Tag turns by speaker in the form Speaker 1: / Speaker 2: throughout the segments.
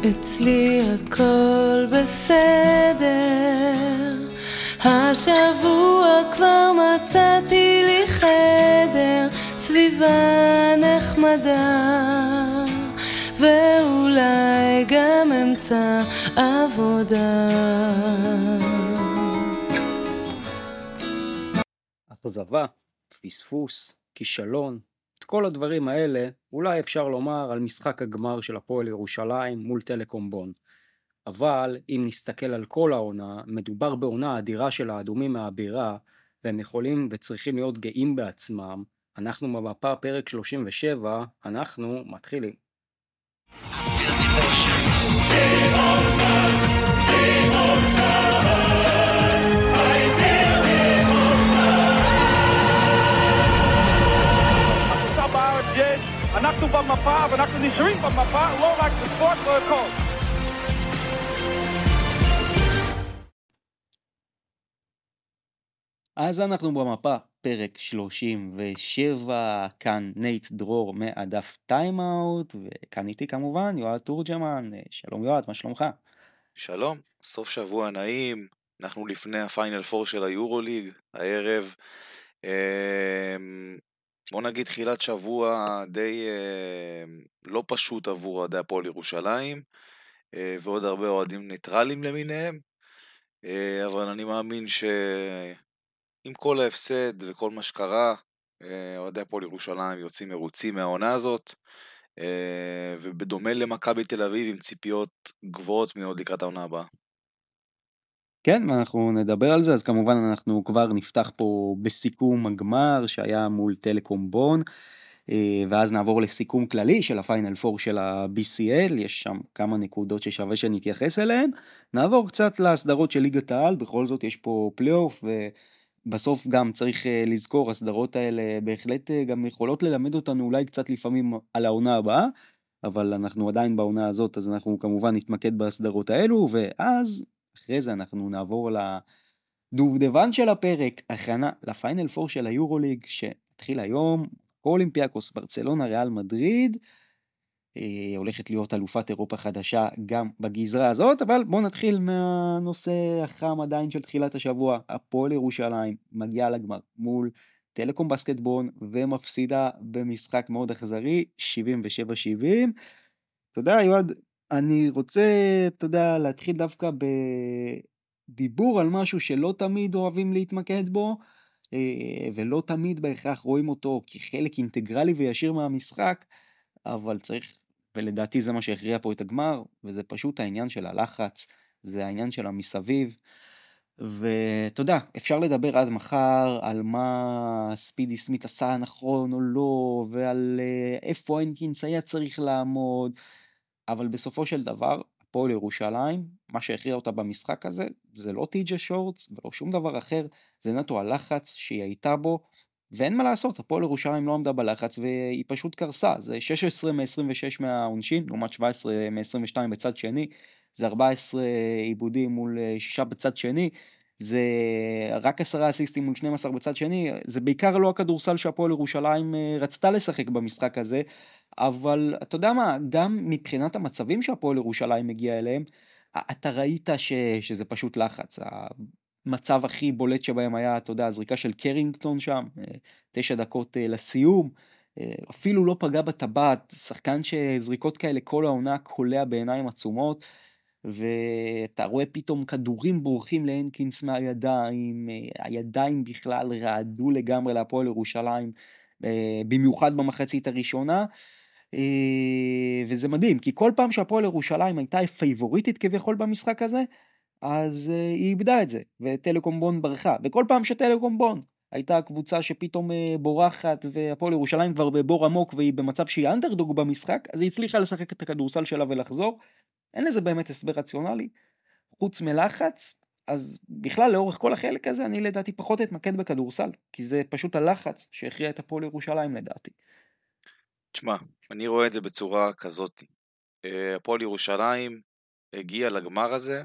Speaker 1: אצלי הכל בסדר, השבוע כבר מצאתי לי חדר, סביבה נחמדה, ואולי גם אמצע עבודה.
Speaker 2: אכזבה, פספוס, כישלון, את כל הדברים האלה אולי אפשר לומר על משחק הגמר של הפועל ירושלים מול טלקום בון. אבל אם נסתכל על כל העונה, מדובר בעונה אדירה של האדומים מהבירה, והם יכולים וצריכים להיות גאים בעצמם. אנחנו במפה פרק 37, אנחנו מתחילים.
Speaker 3: אנחנו במפה ואנחנו נשארים במפה, לא רק בספורט והכל.
Speaker 2: אז אנחנו במפה פרק 37, כאן נייט דרור מהדף טיימאוט, וכאן איתי כמובן יועד תורג'מן. שלום יועד, מה שלומך?
Speaker 4: שלום, סוף שבוע נעים, אנחנו לפני הפיינל פור של היורוליג, הערב. בוא נגיד תחילת שבוע די לא פשוט עבור אוהדי הפועל ירושלים, ועוד הרבה אוהדים ניטרלים למיניהם, אבל אני מאמין שעם כל ההפסד וכל מה שקרה, אוהדי הפועל ירושלים יוצאים מרוצים מהעונה הזאת, ובדומה למכבי תל אביב עם ציפיות גבוהות מאוד לקראת העונה הבאה.
Speaker 2: כן, ואנחנו נדבר על זה. אז כמובן אנחנו כבר נפתח פה בסיכום הגמר שהיה מול טלקום בון, ואז נעבור לסיכום כללי של הפיינל פור של ה-BCL. יש שם כמה נקודות ששווה שנתייחס אליהן. נעבור קצת לסדרות של ליגת העל, בכל זאת יש פה פלייאוף, ובסוף גם צריך לזכור, הסדרות האלה בהחלט גם יכולות ללמד אותנו אולי קצת לפעמים על העונה הבאה, אבל אנחנו עדיין בעונה הזאת, אז אנחנו כמובן נתמקד בסדרות האלו, ואז אחרי זה אנחנו נעבור לדובדבן של הפרק, הכנה לפיינל פור של היורוליג, שהתחיל היום. אולימפיאקוס, ברצלונה, ריאל מדריד, הולכת להיות אלופת אירופה חדשה גם בגזרה הזאת, אבל בואו נתחיל מהנושא החם עדיין של תחילת השבוע. הפועל ירושלים מגיעה לגמר מול טלקום בסקטבון, ומפסידה במשחק מאוד אכזרי, 77-70. תודה יועד, אני רוצה, להתחיל דווקא בדיבור על משהו שלא תמיד אוהבים להתמקד בו, ולא תמיד בהכרח רואים אותו כחלק אינטגרלי וישיר מהמשחק, אבל צריך, ולדעתי זה מה שהכריע פה את הגמר, וזה פשוט העניין של הלחץ, זה העניין של המסביב, ותודה, אפשר לדבר עד מחר על מה ספידי סמית עשה נכון או לא, ועל איפה הנקינס היה צריך לעמוד, אבל בסופו של דבר, הפועל ירושלים, מה שהכריע אותה במשחק הזה, זה לא טי.ג'יי שורטס ולא שום דבר אחר, זה נטו הלחץ שהיא הייתה בו, ואין מה לעשות, הפועל ירושלים לא עמדה בלחץ, והיא פשוט קרסה. זה 16 מ-26 מהעונשין, לעומת 17 מ-22 בצד שני, זה 14 עיבודים מול 6 בצד שני, זה רק 10 אסיסטים מול 12 בצד שני, זה בעיקר לא הכדורסל שהפועל ירושלים רצתה לשחק במשחק הזה, אבל אתה יודע מה, גם מבחינת המצבים שהפועל ירושלים מגיע אליהם, אתה ראית שזה פשוט לחץ. המצב הכי בולט שבהם היה, הזריקה של קרינגטון שם, 9 דקות לסיום, אפילו לא פגע בטבעת, שחקן שזריקות כאלה כל העונה קולע בעיניים עצומות, ואתה רואה פתאום כדורים בורחים להנקינס מהידיים, הידיים בכלל רעדו לגמרי להפועל ירושלים, במיוחד במחצית הראשונה, וזה מדהים, כי כל פעם שהפועל ירושלים הייתה פייבוריטית כביכול במשחק הזה, אז היא איבדה את זה, וטלקום בון ברחה, וכל פעם שטלקום בון הייתה קבוצה שפתאום בורחת, והפועל ירושלים כבר בבור עמוק, והיא במצב שהיא אנדרדוג במשחק, אז היא הצליחה לשחק את הכדורסל שלה ולחזור. אין לזה באמת הסבר רציונלי, חוץ מלחץ. אז בכלל לאורך כל החלק הזה, אני לדעתי פחות אתמקד בכדורסל, כי זה פשוט הלחץ שהכריע את הפועל ירושלים לדעתי.
Speaker 4: תשמע, אני רואה את זה בצורה כזאת. הפועל ירושלים הגיע לגמר הזה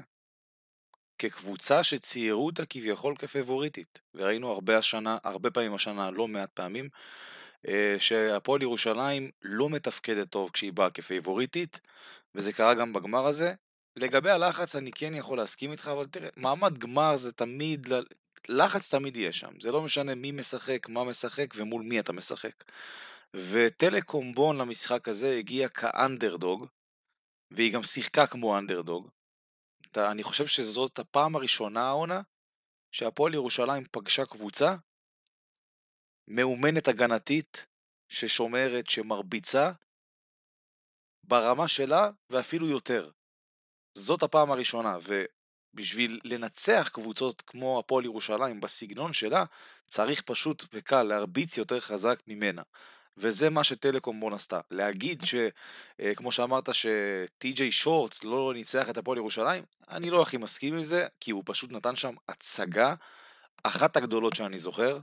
Speaker 4: כקבוצה שציירו אותה כביכול כפבוריטית, וראינו הרבה פעמים השנה, לא מעט פעמים, שהפועל ירושלים לא מתפקדת טוב כשהיא באה כפייבוריטית, וזה קרה גם בגמר הזה. לגבי הלחץ אני כן יכול להסכים איתך, אבל תראה, מעמד גמר זה תמיד, לחץ תמיד יהיה שם, זה לא משנה מי משחק, מה משחק ומול מי אתה משחק. וטלקום בון למשחק הזה הגיע כאנדרדוג, והיא גם שיחקה כמו אנדרדוג. אני חושב שזאת הפעם הראשונה העונה שהפועל ירושלים פגשה קבוצה מאומנת הגנתית, ששומרת, שמרביצה ברמה שלה ואפילו יותר. זאת הפעם הראשונה, ובשביל לנצח קבוצות כמו הפועל ירושלים בסגנון שלה, צריך פשוט וקל להרביץ יותר חזק ממנה. וזה מה שטלקום בון עשתה. להגיד כמו שאמרת שטי.ג'יי שורטס לא ניצח את הפועל ירושלים, אני לא הכי מסכים עם זה, כי הוא פשוט נתן שם הצגה, אחת הגדולות שאני זוכר,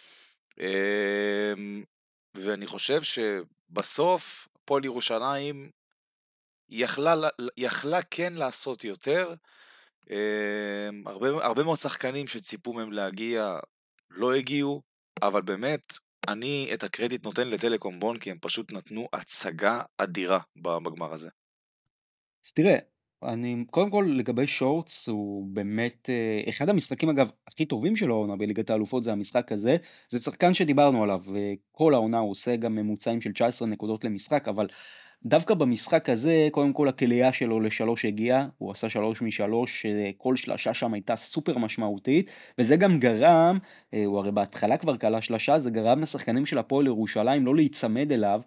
Speaker 4: ואני חושב שבסוף הפועל ירושלים יכלה כן לעשות יותר. הרבה מאוד שחקנים שציפו מהם להגיע לא הגיעו, אבל באמת אני את הקרדיט נותן לטלקום בון, כי הם פשוט נתנו הצגה אדירה בגמר הזה.
Speaker 2: תראה, קודם כל לגבי שורטס, הוא באמת אחד המשחקים אגב הכי טובים שלו העונה בליגת האלופות, זה המשחק הזה. זה שחקן שדיברנו עליו, וכל העונה הוא עושה גם ממוצעים של 19 נקודות למשחק, אבל דווקא במשחק הזה, קודם כל הקלייה שלו לשלוש הגיע, הוא עשה 3 מ-3, כל שלשה שם הייתה סופר משמעותית, וזה גם גרם, הוא הרי בהתחלה כבר קלה שלשה, זה גרם לשחקנים של הפועל ירושלים לא להיצמד אליו,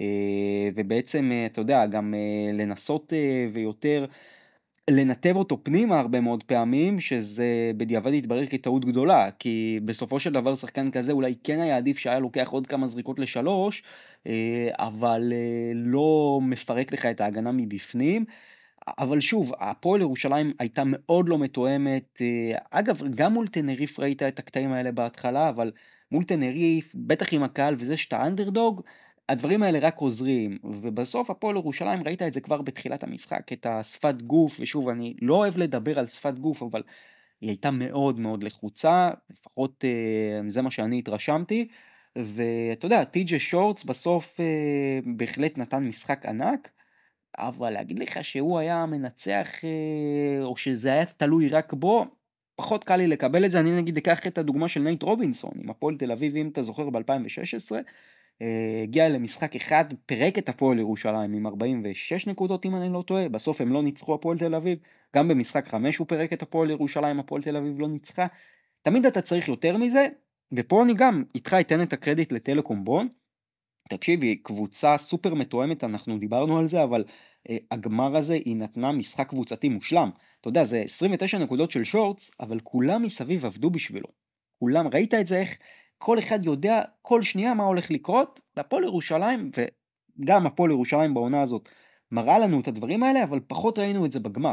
Speaker 2: ובעצם, אתה יודע, גם לנסות ויותר לנתב אותו פנימה הרבה מאוד פעמים, שזה בדיעבד יתברר כטעות גדולה, כי בסופו של דבר שחקן כזה אולי כן היה עדיף שהיה לוקח עוד כמה זריקות לשלוש, אבל לא מפרק לך את ההגנה מבפנים. אבל שוב, הפועל ירושלים הייתה מאוד לא מתואמת, אגב גם מול תנריף ראית את הקטעים האלה בהתחלה, אבל מול תנריף, בטח עם הקהל וזה שאתה אנדרדוג, הדברים האלה רק עוזרים, ובסוף הפועל ירושלים ראית את זה כבר בתחילת המשחק, את השפת גוף, ושוב אני לא אוהב לדבר על שפת גוף, אבל היא הייתה מאוד מאוד לחוצה, לפחות זה מה שאני התרשמתי, ואתה יודע, טי.ג'יי שורטס בסוף בהחלט נתן משחק ענק, אבל להגיד לך שהוא היה מנצח, או שזה היה תלוי רק בו, פחות קל לי לקבל את זה. אני נגיד אקח את הדוגמה של נייט רובינסון, עם הפועל תל אביב, אם אתה זוכר ב-2016, הגיע למשחק אחד, פרק את הפועל ירושלים עם 46 נקודות אם אני לא טועה, בסוף הם לא ניצחו הפועל תל אביב, גם במשחק 5 הוא פרק את הפועל ירושלים, הפועל תל אביב לא ניצחה, תמיד אתה צריך יותר מזה, ופה אני גם איתך אתן את הקרדיט לטלקום בון, תקשיבי, קבוצה סופר מתואמת, אנחנו דיברנו על זה, אבל הגמר הזה היא נתנה משחק קבוצתי מושלם, אתה יודע, זה 29 נקודות של שורטס, אבל כולם מסביב עבדו בשבילו, כולם, ראית את זה איך כל אחד יודע כל שנייה מה הולך לקרות, הפועל ירושלים, וגם הפועל ירושלים בעונה הזאת מראה לנו את הדברים האלה, אבל פחות ראינו את זה בגמר.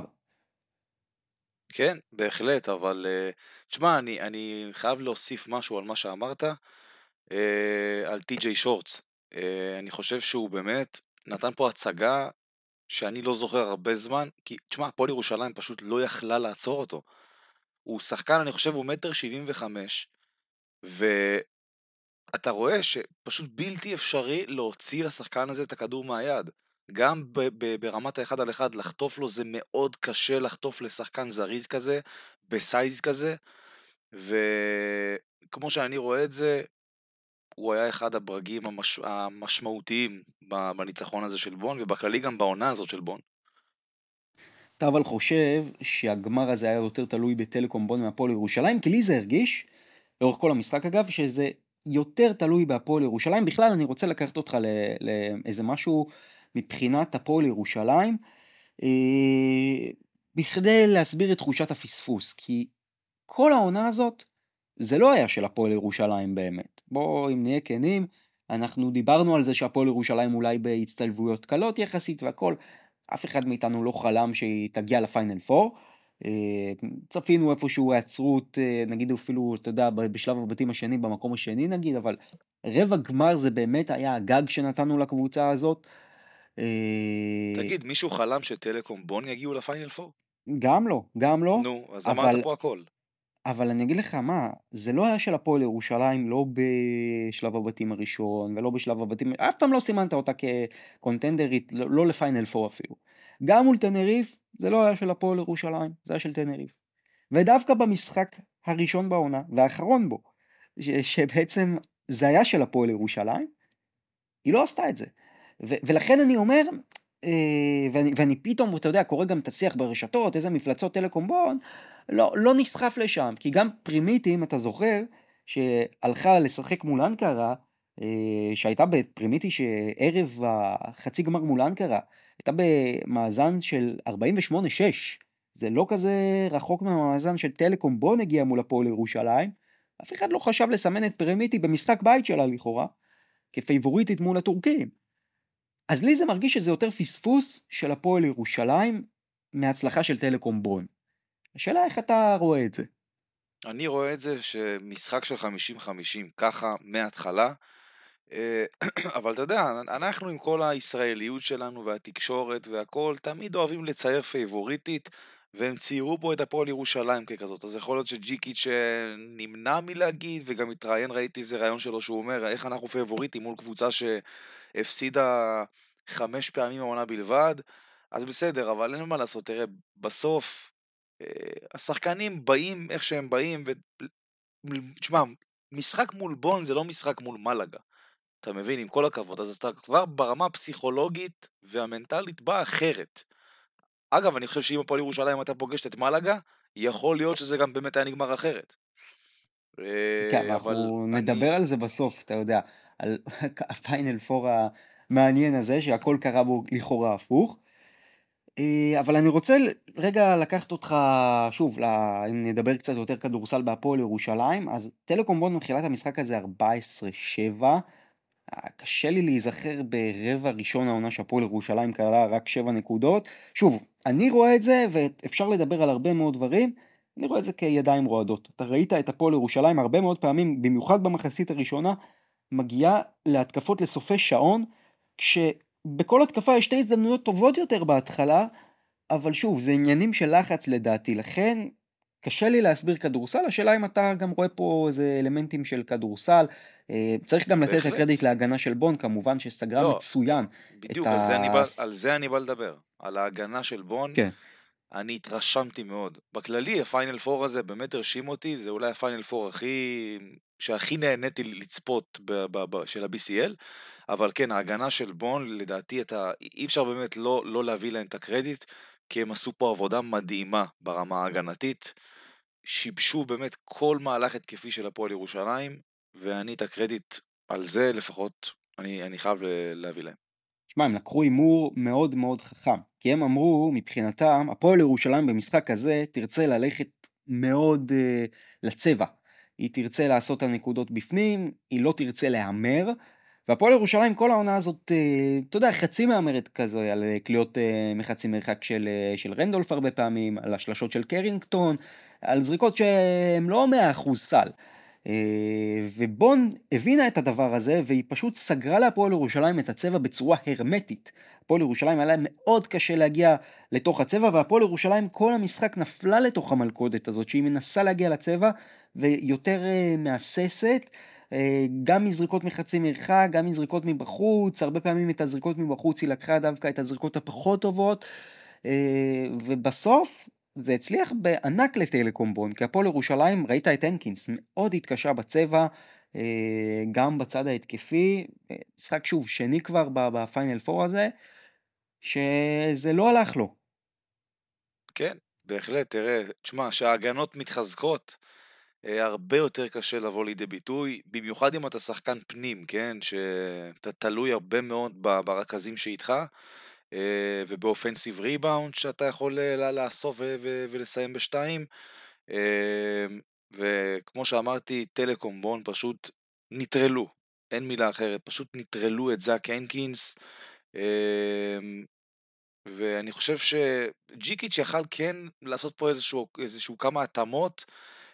Speaker 4: כן, בהחלט, אבל תשמע, אני חייב להוסיף משהו על מה שאמרת, על טי.ג'יי שורטס. אני חושב שהוא באמת נתן פה הצגה שאני לא זוכר הרבה זמן, כי תשמע, הפועל ירושלים פשוט לא יכלה לעצור אותו. הוא שחקן, אני חושב, הוא 1.75 מטר, ואתה רואה שפשוט בלתי אפשרי להוציא לשחקן הזה את הכדור מהיד. גם ברמת האחד על אחד לחטוף לו זה מאוד קשה לחטוף לשחקן זריז כזה, בסייז כזה, וכמו שאני רואה את זה, הוא היה אחד הברגים המשמעותיים בניצחון הזה של בון, ובכללי גם בעונה הזאת של בון.
Speaker 2: אתה אבל חושב שהגמר הזה היה יותר תלוי בטלקום בון מהפועל ירושלים, כי לי זה הרגיש, לאורך כל המשחק אגב, שזה יותר תלוי בהפועל ירושלים. בכלל אני רוצה לקחת אותך לאיזה משהו מבחינת הפועל ירושלים, בכדי להסביר את תחושת הפספוס, כי כל העונה הזאת זה לא היה של הפועל ירושלים באמת. בוא, אם נהיה כנים, אנחנו דיברנו על זה שהפועל ירושלים אולי בהצטלבויות קלות יחסית והכל, אף אחד מאיתנו לא חלם שהיא תגיע לפיינל פור, צפינו איפשהו העצרות, נגיד אפילו, אתה יודע, בשלב הבתים השני, במקום השני נגיד, אבל רבע גמר זה באמת היה הגג שנתנו לקבוצה הזאת.
Speaker 4: תגיד, מישהו חלם שטלקום בון יגיעו לפיינל פור?
Speaker 2: גם לא, גם לא.
Speaker 4: נו, אז אמרת פה הכל.
Speaker 2: אבל אני אגיד לך מה, זה לא היה של הפועל ירושלים, לא בשלב הבתים הראשון, ולא בשלב הבתים, אף פעם לא סימנת אותה כקונטנדרית, לא לפיינל פור אפילו. גם מול תנריף, זה לא היה של הפועל ירושלים, זה היה של תנריף. ודווקא במשחק הראשון בעונה, והאחרון בו, שבעצם זה היה של הפועל ירושלים, היא לא עשתה את זה. ולכן אני אומר, ואני פתאום, אתה יודע, קורא גם את השיח ברשתות, איזה מפלצות טלקום בון, לא נסחף לשם, כי גם פרימיטי, אם אתה זוכר, שהלכה לשחק מול אנקרה, שהייתה בפרימיטי שערב החצי גמר מול אנקרה, הייתה במאזן של 48-6, זה לא כזה רחוק מהמאזן של טלקום בון הגיע מול הפועל ירושלים, אף אחד לא חשב לסמן את פרימיטי במשחק בית שלה לכאורה, כפייבוריטית מול הטורקים. אז לי זה מרגיש שזה יותר פספוס של הפועל ירושלים מההצלחה של טלקום בון. השאלה איך אתה רואה את זה?
Speaker 4: אני רואה את זה שמשחק של 50-50, ככה מההתחלה, אבל אתה יודע, אנחנו עם כל הישראליות שלנו והתקשורת והכל, תמיד אוהבים לצייר פייבוריטית, והם ציירו פה את הפועל ירושלים ככזאת, אז יכול להיות שג'יקיץ' נמנע מלהגיד, וגם התראיין, ראיתי איזה רעיון שלו שהוא אומר, איך אנחנו פייבוריטים מול קבוצה שהפסידה 5 פעמים העונה בלבד, אז בסדר, אבל אין מה לעשות, תראה, בסוף, השחקנים באים איך שהם באים, תשמע, משחק מול בון זה לא משחק מול מלאגה, אתה מבין, עם כל הכבוד, אז אתה כבר ברמה הפסיכולוגית והמנטלית באה אחרת. אגב, אני חושב שאם הפועל ירושלים אתה פוגשת את מלאגה, יכול להיות שזה גם באמת היה נגמר אחרת.
Speaker 2: כן, אנחנו נדבר על זה בסוף, אתה יודע, על הפיינל פור המעניין הזה, שהכל קרה בו לכאורה הפוך. אבל אני רוצה רגע לקחת אותך, שוב, אם נדבר קצת יותר כדורסל בהפועל ירושלים, אז טלקום בון מתחילת המשחק הזה 14-7, קשה לי להיזכר ברבע ראשון העונה שהפועל ירושלים קרלה רק 7 נקודות. שוב, אני רואה את זה, ואפשר לדבר על הרבה מאוד דברים, אני רואה את זה כידיים רועדות. אתה ראית את הפועל ירושלים הרבה מאוד פעמים, במיוחד במחצית הראשונה, מגיעה להתקפות לסופי שעון, כשבכל התקפה יש 2 הזדמנויות טובות יותר בהתחלה, אבל שוב, זה עניינים של לחץ לדעתי, לכן קשה לי להסביר כדורסל, השאלה אם אתה גם רואה פה איזה אלמנטים של כדורסל, צריך גם לתת את הקרדיט להגנה של בון, כמובן שסגרה
Speaker 4: לא,
Speaker 2: מצוין.
Speaker 4: בדיוק, על זה אני בא לדבר, על ההגנה של בון,
Speaker 2: כן.
Speaker 4: אני התרשמתי מאוד. בכללי, הפיינל פור הזה באמת הרשים אותי, זה אולי הפיינל פור שהכי נהניתי לצפות של ה-BCL, אבל כן, ההגנה של בון, לדעתי, אי אפשר באמת לא להביא להם את הקרדיט, כי הם עשו פה עבודה מדהימה ברמה ההגנתית, שיבשו באמת כל מהלך התקפי של הפועל ירושלים, ואני את הקרדיט על זה לפחות, אני חייב להביא להם.
Speaker 2: תשמע, הם לקחו אימור מאוד מאוד חכם, כי הם אמרו, מבחינתם, הפועל ירושלים במשחק הזה תרצה ללכת מאוד לצבע. היא תרצה לעשות הנקודות בפנים, היא לא תרצה להמר, והפועל ירושלים כל העונה הזאת, אתה יודע, חצי מאמרת כזה, על קליעות מחצי מרחק של רנדולף הרבה פעמים, על השלשות של קרינגטון, על זריקות שהן לא 100% סל. ובון הבינה את הדבר הזה, והיא פשוט סגרה להפועל ירושלים את הצבע בצורה הרמטית. הפועל ירושלים היה להם מאוד קשה להגיע לתוך הצבע, והפועל ירושלים כל המשחק נפלה לתוך המלכודת הזאת, שהיא מנסה להגיע לצבע, ויותר מהססת, גם מזריקות מחצי מרחק, גם מזריקות מבחוץ, הרבה פעמים את הזריקות מבחוץ היא לקחה דווקא את הזריקות הפחות טובות, ובסוף זה הצליח בענק לטלקום בון, כי הפועל ירושלים, ראית את הנקינס, מאוד התקשה בצבע, גם בצד ההתקפי, משחק שוב שני כבר בפיינל פור הזה, שזה לא הלך לו.
Speaker 4: כן, בהחלט, תראה, תשמע, שההגנות מתחזקות, הרבה יותר קשה לבוא לידי ביטוי, במיוחד אם אתה שחקן פנים, כן, שאתה תלוי הרבה מאוד ברכזים שאיתך, ובאופנסיב ריבאונד שאתה יכול לאסוף ולסיים בשתיים, וכמו שאמרתי, טלקום בון פשוט נטרלו, אין מילה אחרת, פשוט נטרלו את זאק הנקינס, ואני חושב שג'יקיץ' יכל כן לעשות פה איזשהו כמה התאמות,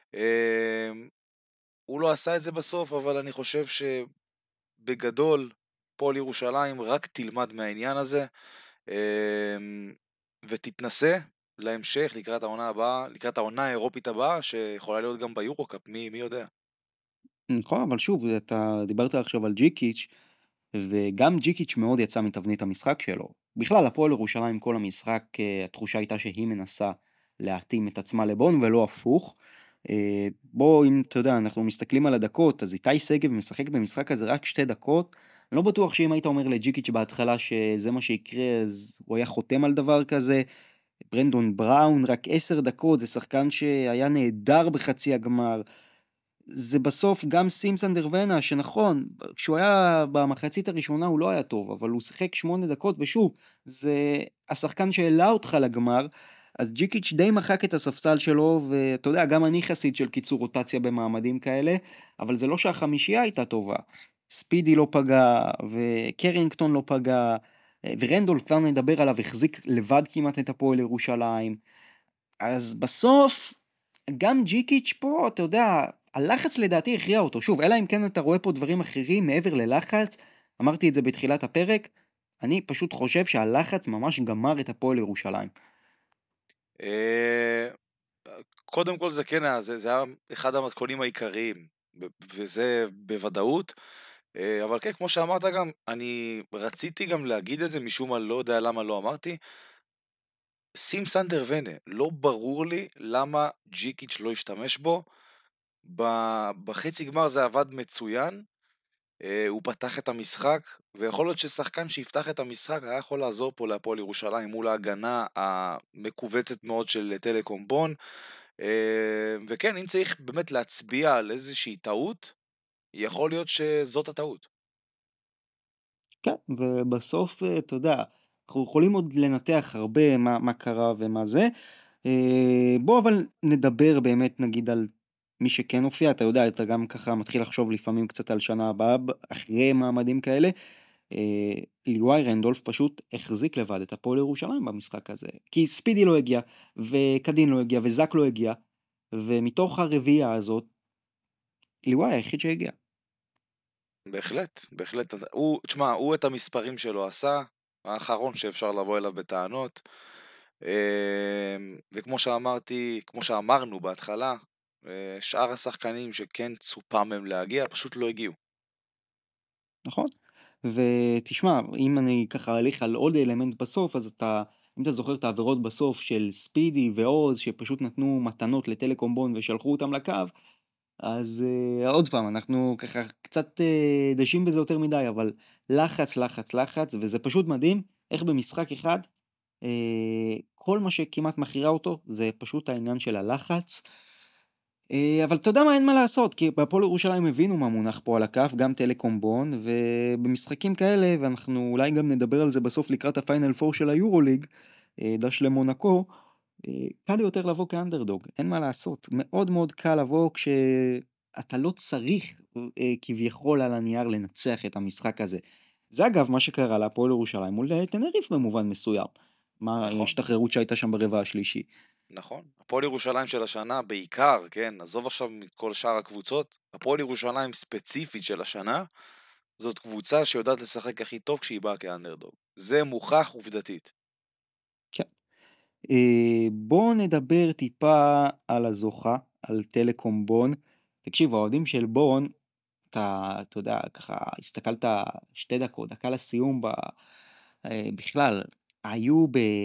Speaker 4: הוא לא עשה את זה בסוף, אבל אני חושב שבגדול פועל ירושלים רק תלמד מהעניין הזה, ותתנסה להמשך, לקראת העונה הבאה, לקראת העונה האירופית הבאה, שיכולה להיות גם ביורוקאפ, מי יודע.
Speaker 2: נכון, אבל שוב, אתה דיברת עכשיו על ג'יקיץ', וגם ג'יקיץ' מאוד יצא מתבנית המשחק שלו. בכלל, הפועל ירושלים כל המשחק, התחושה הייתה שהיא מנסה להתאים את עצמה לבון ולא הפוך. בוא, אם אתה יודע, אנחנו מסתכלים על הדקות, אז איתי שגב משחק במשחק הזה רק 2 דקות. אני לא בטוח שאם היית אומר לג'יקיץ' בהתחלה שזה מה שיקרה, אז הוא היה חותם על דבר כזה. ברנדון בראון רק 10 דקות, זה שחקן שהיה נהדר בחצי הגמר. זה בסוף גם סימפסון דרוונה, שנכון, כשהוא היה במחצית הראשונה הוא לא היה טוב, אבל הוא שיחק 8 דקות, ושוב, זה השחקן שהעלה אותך לגמר, אז ג'יקיץ' די מחק את הספסל שלו, ואתה יודע, גם אני חסיד של קיצור רוטציה במעמדים כאלה, אבל זה לא שהחמישייה הייתה טובה. ספידי לא פגע, וקרינגטון לא פגע, ורנדול כבר נדבר עליו, החזיק לבד כמעט את הפועל ירושלים. אז בסוף, גם ג'יקיץ' פה, אתה יודע, הלחץ לדעתי הכריע אותו. שוב, אלא אם כן אתה רואה פה דברים אחרים מעבר ללחץ, אמרתי את זה בתחילת הפרק, אני פשוט חושב שהלחץ ממש גמר את הפועל ירושלים.
Speaker 4: קודם כל זה כן היה, זה היה אחד המתכונים העיקריים, וזה בוודאות, אבל כן, כמו שאמרת גם, אני רציתי גם להגיד את זה, משום מה לא יודע למה לא אמרתי, סימפסון דרוונה, לא ברור לי למה ג'יקיץ' לא השתמש בו, בחצי גמר זה עבד מצוין, הוא פתח את המשחק, ויכול להיות ששחקן שיפתח את המשחק היה יכול לעזור פה להפועל ירושלים מול ההגנה המקובצת מאוד של טלקום בון, וכן, אם צריך באמת להצביע על איזושהי טעות, יכול להיות שזאת הטעות.
Speaker 2: כן, ובסוף, אתה יודע, אנחנו יכולים עוד לנתח הרבה מה קרה ומה זה. בוא אבל נדבר באמת נגיד על מי שכן הופיע, אתה יודע, אתה גם ככה מתחיל לחשוב לפעמים קצת על שנה הבאה, אחרי מעמדים כאלה. ליוואי רנדולף פשוט החזיק לבד את הפועל ירושלים במשחק הזה, כי ספידי לא הגיע, וקדין לא הגיע, וזק לא הגיע, ומתוך הרביעייה הזאת, ליוואי היחיד שהגיע.
Speaker 4: בהחלט, בהחלט. תשמע, הוא את המספרים שלו עשה, האחרון שאפשר לבוא אליו בטענות, וכמו שאמרתי, כמו שאמרנו בהתחלה, שאר השחקנים שכן צופה מהם להגיע, פשוט לא הגיעו.
Speaker 2: נכון? ותשמע, אם אני ככה הליך על עוד אלמנט בסוף, אז אם אתה זוכר את העבירות בסוף של ספידי ועוז, שפשוט נתנו מתנות לטלקום בון ושלחו אותם לקו, אז עוד פעם, אנחנו ככה קצת דשים בזה יותר מדי, אבל לחץ, לחץ, לחץ, וזה פשוט מדהים איך במשחק אחד, כל מה שכמעט מכריע אותו, זה פשוט העניין של הלחץ. אבל אתה יודע מה, אין מה לעשות, כי בהפועל ירושלים הבינו מה מונח פה על הכף, גם טלקום בון, ובמשחקים כאלה, ואנחנו אולי גם נדבר על זה בסוף לקראת הפיינל פור של היורוליג, דש למונקו, קל יותר לבוא כאנדרדוג, אין מה לעשות, מאוד מאוד קל לבוא כשאתה לא צריך כביכול על הנייר לנצח את המשחק הזה. זה אגב מה שקרה להפועל ירושלים מול טנריף במובן מסוים, מה ההשתחררות שהייתה שם ברבע השלישי.
Speaker 4: נכון, הפועל ירושלים של השנה בעיקר, כן, עזוב עכשיו מכל שאר הקבוצות, הפועל ירושלים ספציפית של השנה, זאת קבוצה שיודעת לשחק הכי טוב כשהיא באה כאנדרדוג. זה מוכח עובדתית.
Speaker 2: כן. בואו נדבר טיפה על הזוכה, על טלקום בון. תקשיב, האוהדים של בון, אתה יודע, ככה הסתכלת 2 דקות, דקה לסיום, בכלל, היו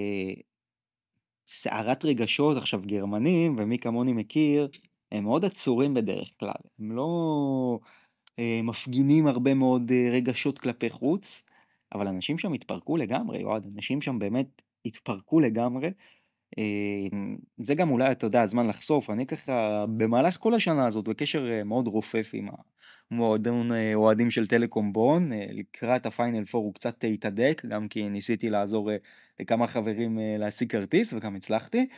Speaker 2: בסערת רגשות. עכשיו גרמנים, ומי כמוני מכיר, הם מאוד עצורים בדרך כלל, הם לא מפגינים הרבה מאוד רגשות כלפי חוץ, אבל אנשים שם התפרקו לגמרי, יועד, אנשים שם באמת התפרקו לגמרי. זה גם אולי, אתה יודע, הזמן לחשוף, אני ככה במהלך כל השנה הזאת בקשר מאוד רופף עם המועדון אוהדים של טלקום בון, לקראת הפיינל פור הוא קצת התהדק, גם כי ניסיתי לעזור לכמה חברים להשיג כרטיס וגם הצלחתי,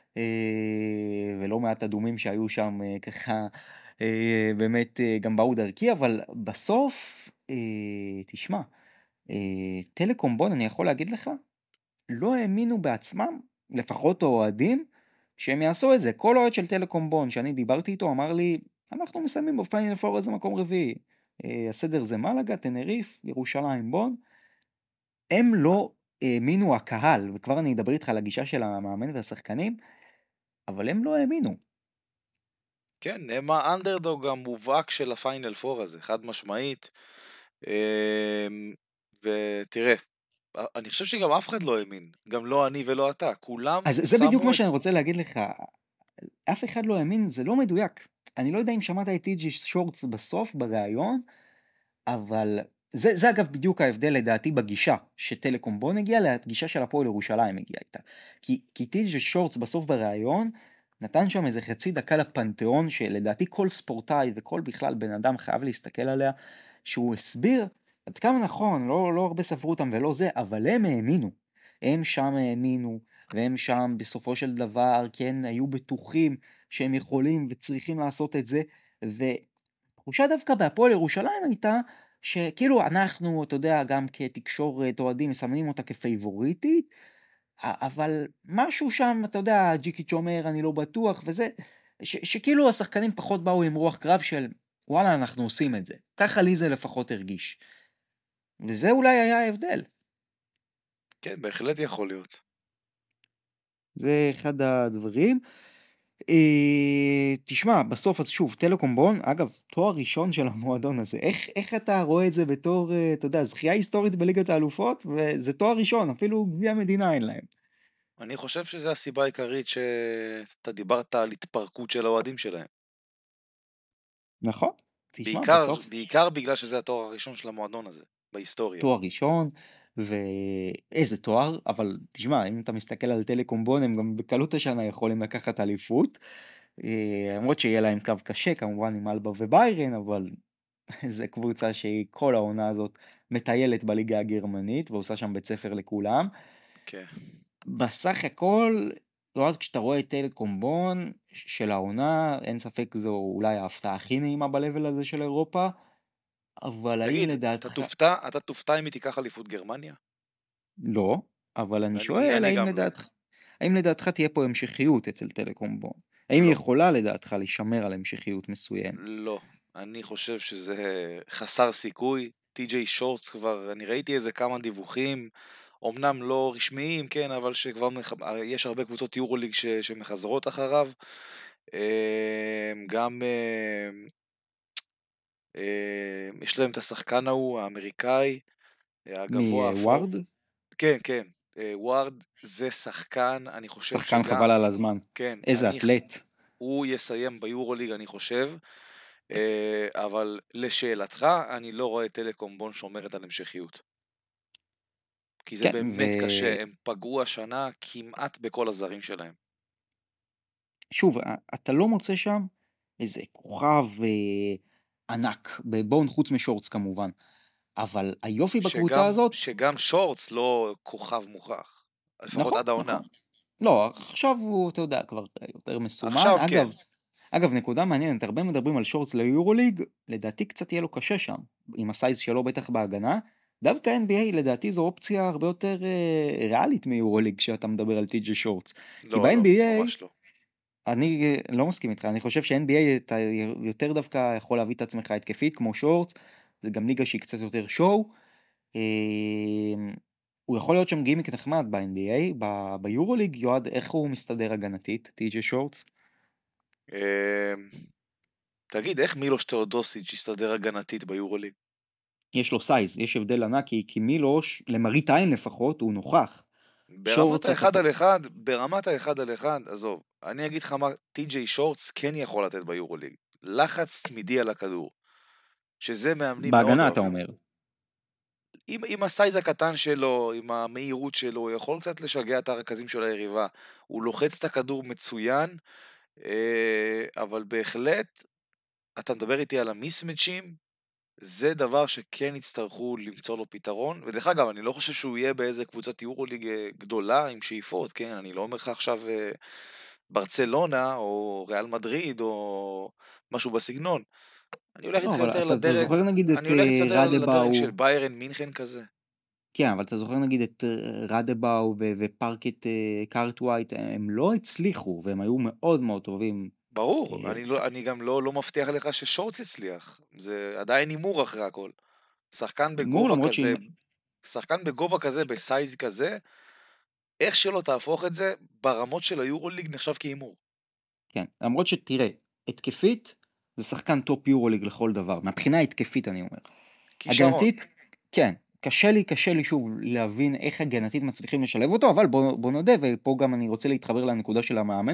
Speaker 2: ולא מעט אדומים שהיו שם ככה באמת גם באו דרכי, אבל בסוף תשמע, טלקום בון, אני יכול להגיד לך, לא האמינו בעצמם, לפחות האוהדים, שהם יעשו את זה. כל אוהד של טלקום בון שאני דיברתי איתו אמר לי, אנחנו מסיימים בפיינל פור איזה מקום רביעי, הסדר זה מלאגה, טנריף, ירושלים, בון. הם לא האמינו הקהל, וכבר אני אדבר איתך על הגישה של המאמן והשחקנים, אבל הם לא האמינו.
Speaker 4: כן, הם האנדרדוג המובהק של הפיינל פור הזה, חד משמעית. ותראה, אני חושב שגם אף אחד לא האמין, גם לא אני ולא אתה, כולם
Speaker 2: אז זה בדיוק
Speaker 4: שמו
Speaker 2: מה
Speaker 4: את...
Speaker 2: שאני רוצה להגיד לך, אף אחד לא האמין, זה לא מדויק. אני לא יודע אם שמעת את טי.ג'י שורטס בסוף, בראיון, אבל זה אגב בדיוק ההבדל לדעתי בגישה שטלקום בון הגיע, לגישה של הפועל ירושלים הגיעה איתה. כי טי.ג'י שורטס בסוף בראיון, נתן שם איזה חצי דקה לפנתיאון, שלדעתי כל ספורטאי וכל בכלל בן אדם חייב להסתכל עליה, שהוא הסביר עד כמה נכון, לא הרבה ספרו אותם ולא זה, אבל הם האמינו. הם שם האמינו, והם שם בסופו של דבר, כן, היו בטוחים שהם יכולים וצריכים לעשות את זה, ותחושה דווקא בהפועל ירושלים הייתה, שכאילו אנחנו, אתה יודע, גם כתקשורת אוהדים, מסמנים אותה כפייבוריטית, אבל משהו שם, אתה יודע, ג'יקיץ' אומר, אני לא בטוח, וזה, שכאילו השחקנים פחות באו עם רוח קרב של, וואלה, אנחנו עושים את זה. ככה לי זה לפחות הרגיש. וזה אולי היה ההבדל.
Speaker 4: כן, בהחלט יכול להיות.
Speaker 2: זה אחד הדברים. תשמע, בסוף אז שוב, טלקום בון, אגב, תואר ראשון של המועדון הזה, איך אתה רואה את זה בתור, אתה יודע, זכייה היסטורית בליגת האלופות, וזה תואר ראשון, אפילו גביע המדינה אין להם.
Speaker 4: אני חושב שזו הסיבה העיקרית שאתה דיברת על התפרקות של האוהדים שלהם.
Speaker 2: נכון, תשמע, בסוף.
Speaker 4: בעיקר בגלל שזה התואר הראשון של המועדון הזה, בהיסטוריה.
Speaker 2: תואר ראשון, ואיזה תואר, אבל תשמע, אם אתה מסתכל על טלקום בון, הם גם בקלות השנה יכולים לקחת אליפות, למרות שיהיה להם קו קשה, כמובן עם אלבה וביירן, אבל זה קבוצה שהיא כל העונה הזאת מטיילת בליגה הגרמנית, ועושה שם בית ספר לכולם.
Speaker 4: כן.
Speaker 2: בסך הכל, לא רק כשאתה רואה את טלקום בון של העונה, אין ספק זו אולי ההפתעה הכי נעימה בלבל הזה של אירופה, אבל האם לדעתך...
Speaker 4: תגיד, אתה תופתע אם היא תיקח אליפות גרמניה?
Speaker 2: לא, אבל אני שואל, האם לדעתך תהיה פה המשכיות אצל טלקום בון? האם היא יכולה לדעתך לשמר על המשכיות מסוימת?
Speaker 4: לא, אני חושב שזה חסר סיכוי. טי.ג'יי שורטס כבר, אני ראיתי איזה כמה דיווחים, אמנם לא רשמיים, כן, אבל שכבר יש הרבה קבוצות יורוליג שמחזרות אחריו. גם יש להם את השחקן ההוא, האמריקאי, הגבוה.
Speaker 2: מוורד?
Speaker 4: כן, כן. וורד זה שחקן, אני חושב
Speaker 2: שחקן חבל על הזמן.
Speaker 4: כן.
Speaker 2: איזה אתלט.
Speaker 4: הוא יסיים ביורוליג, אני חושב. אבל לשאלתך, אני לא רואה טלקום בון שומרת על המשכיות. כי זה באמת קשה, הם פגעו השנה כמעט בכל הזרים שלהם.
Speaker 2: שוב, אתה לא מוצא שם איזה כוכב ענק, בבון חוץ משורטס כמובן, אבל היופי בקבוצה הזאת...
Speaker 4: שגם שורטס לא כוכב מוכח, לפחות עד העונה.
Speaker 2: נכון. לא, עכשיו הוא, אתה יודע, כבר יותר מסומן.
Speaker 4: עכשיו כן.
Speaker 2: אגב, נקודה מעניינת, הרבה מדברים על שורטס ליורוליג, לדעתי קצת יהיה לו קשה שם, עם הסייז שלו בטח בהגנה, דווקא NBA לדעתי זו אופציה הרבה יותר ריאלית מיורוליג, כשאתה מדבר על טי.ג'יי שורטס.
Speaker 4: לא,
Speaker 2: כי ב-NBA,
Speaker 4: ממש לא.
Speaker 2: אני לא מסכים איתך, אני חושב ש-NBA אתה יותר דווקא יכול להביא את עצמך התקפית כמו שורטס, זה גם ליגה שהיא קצת יותר שואו, הוא יכול להיות שם גימיק נחמד ב-NBA, ביורוליג, יועד, איך הוא מסתדר הגנתית, טי.ג'יי שורטס?
Speaker 4: תגיד, איך מילוש תאודוסיץ' יסתדר הגנתית ביורוליג?
Speaker 2: יש לו סייז, יש הבדל ענק, כי מילוש, למראית עין לפחות, הוא נוכח.
Speaker 4: ברמת האחד על אחד, עזוב, אני אגיד לך מה, טי.ג'יי שורטס כן יכול לתת ביורוליג, לחץ תמידי על הכדור, שזה מאמנים מאוד
Speaker 2: בהגנה אתה אומר.
Speaker 4: עם הסייז הקטן שלו, עם המהירות שלו, הוא יכול קצת לשגע את הרכזים של היריבה, הוא לוחץ את הכדור מצוין, אבל בהחלט, אתה מדבר איתי על המיסמצ'ים, זה דבר שכן יצטרכו למצוא לו פתרון, ודרך אגב, אני לא חושב שהוא יהיה באיזה קבוצת יורוליג גדולה עם שאיפות, כן? אני לא אומר לך עכשיו ברצלונה, או ריאל מדריד, או משהו בסגנון. אני הולך איתך יותר לדרג של ביירן מינכן כזה.
Speaker 2: כן, אבל אתה זוכר נגיד את רדבאו ופארקט קארטווייט, הם לא הצליחו, והם היו מאוד מאוד טובים.
Speaker 4: ברור, אני גם לא מבטיח לך ששורטס הצליח, זה עדיין אימור אחרי הכל. שחקן בגובה כזה, שחקן בגובה כזה, בסייז כזה, איך שלא תהפוך את זה, ברמות של היורוליג נחשב כאימור.
Speaker 2: כן, למרות שתראה, התקפית זה שחקן טופ יורוליג לכל דבר, מהבחינה התקפית אני אומר.
Speaker 4: כישרון.
Speaker 2: הגנתית, כן, קשה לי שוב להבין איך הגנתית מצליחים לשלב אותו, אבל בוא נודה, ופה גם אני רוצה להתחבר לנקודה של המאמן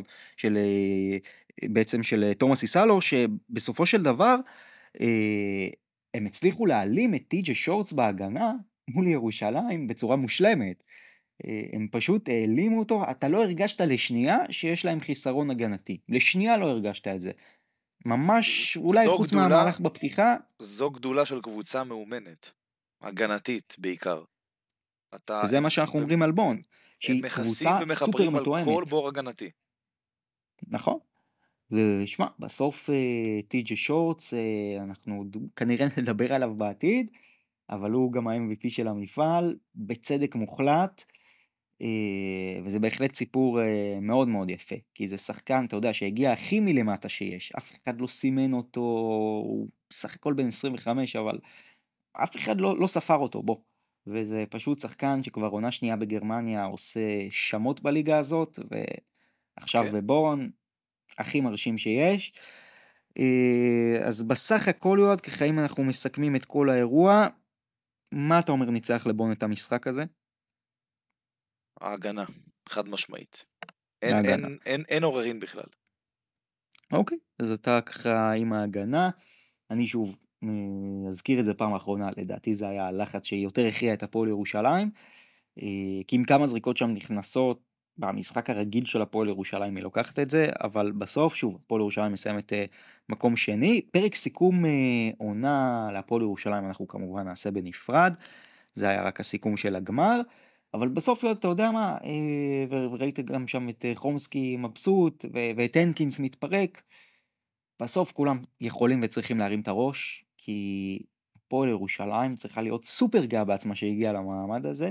Speaker 2: בעצם של תומאס איסלו, שבסופו של דבר, הם הצליחו להעלים את טי.ג'יי שורטס בהגנה מול ירושלים בצורה מושלמת. הם פשוט העלימו אותו, אתה לא הרגשת לשנייה שיש להם חיסרון הגנתי. לשנייה לא הרגשת את זה. ממש, אולי חוץ מהמהלך בפתיחה.
Speaker 4: זו גדולה של קבוצה מאומנת. הגנתית בעיקר.
Speaker 2: וזה מה שאנחנו אומרים על בון. שהיא קבוצה סופר מתואמת.
Speaker 4: על כל בור הגנתי.
Speaker 2: נכון. ושמע, בסוף טי.ג'יי שורטס, אנחנו כנראה נדבר עליו בעתיד, אבל הוא גם ה-MVP של המפעל, בצדק מוחלט, וזה בהחלט סיפור מאוד מאוד יפה, כי זה שחקן, אתה יודע, שהגיע הכי מלמטה שיש, אף אחד לא סימן אותו, הוא סך הכל בן 25, אבל אף אחד לא ספר אותו, בוא. וזה פשוט שחקן שכבר עונה שנייה בגרמניה עושה שמות בליגה הזאת, ועכשיו בבורן, הכי מרשים שיש. אז בסך הכל יועד, ככה אם אנחנו מסכמים את כל האירוע, מה אתה אומר ניצח לבון את המשחק הזה?
Speaker 4: ההגנה, חד משמעית. אין עוררין בכלל.
Speaker 2: אוקיי, אז אתה ככה עם ההגנה, אני שוב אזכיר את זה פעם האחרונה, לדעתי זה היה הלחץ שיותר הכריע את הפועל ירושלים, כי עם כמה זריקות שם נכנסות, במשחק הרגיל של הפועל ירושלים היא לוקחת את זה, אבל בסוף שוב, הפועל ירושלים מסיימת מקום שני, פרק סיכום עונה להפועל ירושלים אנחנו כמובן נעשה בנפרד, זה היה רק הסיכום של הגמר, אבל בסוף אתה יודע מה, וראית גם שם את חומסקי מבסוט, ואת הנקינס מתפרק, בסוף כולם יכולים וצריכים להרים את הראש, כי הפועל ירושלים צריכה להיות סופר גאה בעצמה שהגיעה למעמד הזה,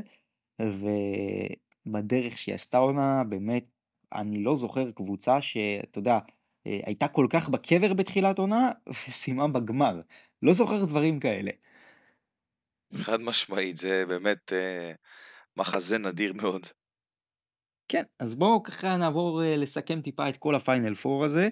Speaker 2: בדרך שהיא עשתה עונה, באמת, אני לא זוכר קבוצה שאתה יודע, הייתה כל כך בקבר בתחילת עונה, וסיימה בגמר. לא זוכר דברים כאלה.
Speaker 4: חד משמעית, זה באמת מחזה נדיר מאוד.
Speaker 2: כן, אז בואו ככה נעבור לסכם טיפה את כל הפיינל פור הזה.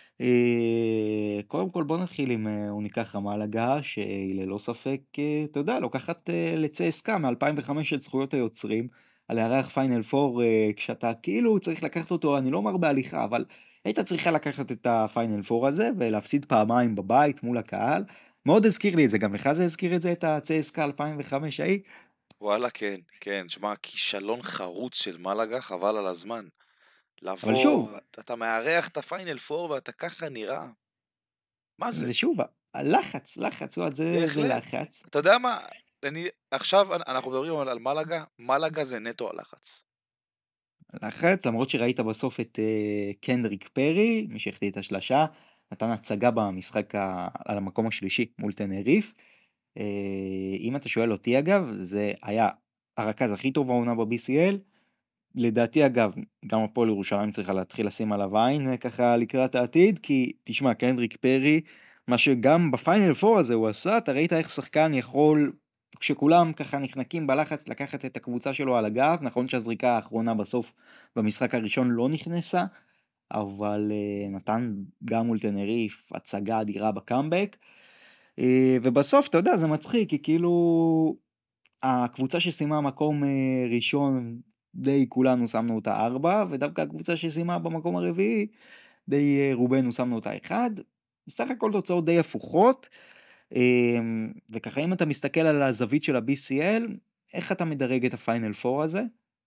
Speaker 2: קודם כל בואו נתחיל עם אוניקח רמאללה, שהיא ללא ספק, אתה יודע, לוקחת לצסקה מ-2005 את זכויות היוצרים, על הירח פיינל פור, כשאתה כאילו צריך לקחת אותו, אני לא אומר בהליכה, אבל היית צריכה לקחת את הפיינל פור הזה, ולהפסיד פעמיים בבית מול הקהל, מאוד הזכיר לי את זה, גם לך זה הזכיר את זה, את הצסקה 2005 ההיא?
Speaker 4: וואלה, כן, שמע, כישלון חרוץ של מלאגה, חבל על הזמן.
Speaker 2: אבל שוב,
Speaker 4: אתה מארח את הפיינל פור, ואתה ככה נראה. מה זה?
Speaker 2: ושוב, הלחץ, זה לחץ.
Speaker 4: אתה יודע מה? עכשיו אנחנו מדברים על מלאגה זה נטו הלחץ.
Speaker 2: לחץ, למרות שראית בסוף את קנדריק פרי, מי שהחטיא את השלשה, נתן הצגה במשחק על המקום השלישי מול תנריף. אם אתה שואל אותי אגב, זה היה הרכז הכי טוב העונה ב-BCL, לדעתי אגב, גם הפועל ירושלים צריכה להתחיל לשים עליו עין ככה לקראת העתיד, כי תשמע, קנדריק פרי, מה שגם בפיינל פור הזה הוא עשה, אתה ראית איך שחקן יכול, כשכולם ככה נחנקים בלחץ, לקחת את הקבוצה שלו על הגב, נכון שהזריקה האחרונה בסוף במשחק הראשון לא נכנסה, אבל נתן גם מול תנריף הצגה אדירה בקאמבק, ובסוף אתה יודע זה מצחיק, כי כאילו הקבוצה שסיימה מקום ראשון, די כולנו שמנו אותה 4, ודווקא הקבוצה שסיימה במקום הרביעי, די רובנו שמנו אותה 1, בסך הכל תוצאות די הפוכות, וככה אם אתה מסתכל על הזווית של ה-BCL, איך אתה מדרג את הפיינל פור הזה?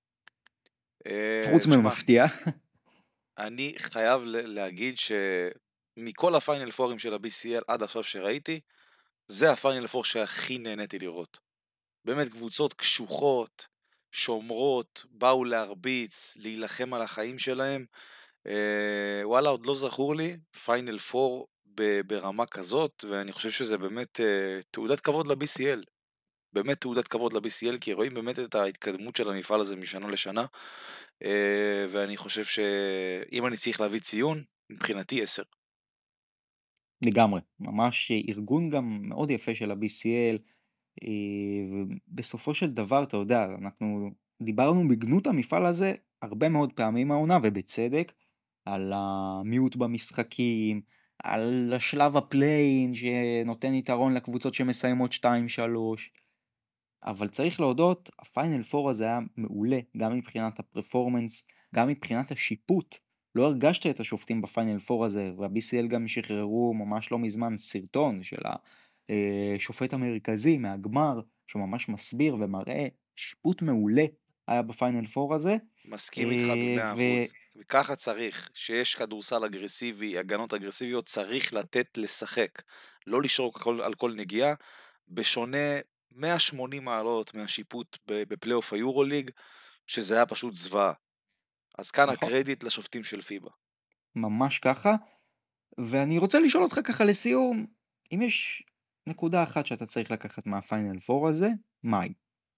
Speaker 2: חוץ ממפתיע.
Speaker 4: אני חייב להגיד שמכל הפיינל פורים של ה-BCL עד עכשיו שראיתי, זה הפיינל פור שהכי נהניתי לראות. באמת קבוצות קשוחות, שומרות, באו להרביץ, להילחם על החיים שלהם. וואלה, עוד לא זכור לי פיינל פור ברמה כזאת, ואני חושב שזה באמת תעודת כבוד ל-BCL. באמת תעודת כבוד ל-BCL, כי רואים באמת את ההתקדמות של המפעל הזה משנה לשנה, ואני חושב שאם אני צריך להביא ציון, מבחינתי 10.
Speaker 2: לגמרי, ממש ארגון גם מאוד יפה של ה-BCL, ובסופו של דבר, אתה יודע, אנחנו דיברנו בגנות המפעל הזה הרבה מאוד פעמים העונה, ובצדק, על המיעוט במשחקים, על השלב הפליין שנותן יתרון לקבוצות שמסיימות 2-3, אבל צריך להודות, הפיינל פור הזה היה מעולה, גם מבחינת הפרפורמנס, גם מבחינת השיפוט. לא הרגשת את השופטים בפיינל פור הזה, וה-BCL גם שחררו ממש לא מזמן סרטון של השופט המרכזי מהגמר, שממש מסביר ומראה שיפוט מעולה היה בפיינל פור הזה.
Speaker 4: מסכים איתך ב100%. וככה צריך, שיש כדורסל אגרסיבי, הגנות אגרסיביות, צריך לתת לשחק. לא לשרוק על כל נגיעה, בשונה 180 מעלות מהשיפוט בפלייאוף היורוליג, שזה היה פשוט זוועה. אז כאן
Speaker 2: נכון.
Speaker 4: הקרדיט לשופטים של פיבה.
Speaker 2: ממש ככה, ואני רוצה לשאול אותך ככה לסיום, אם יש נקודה אחת שאתה צריך לקחת מהפיינל פור הזה, מהי?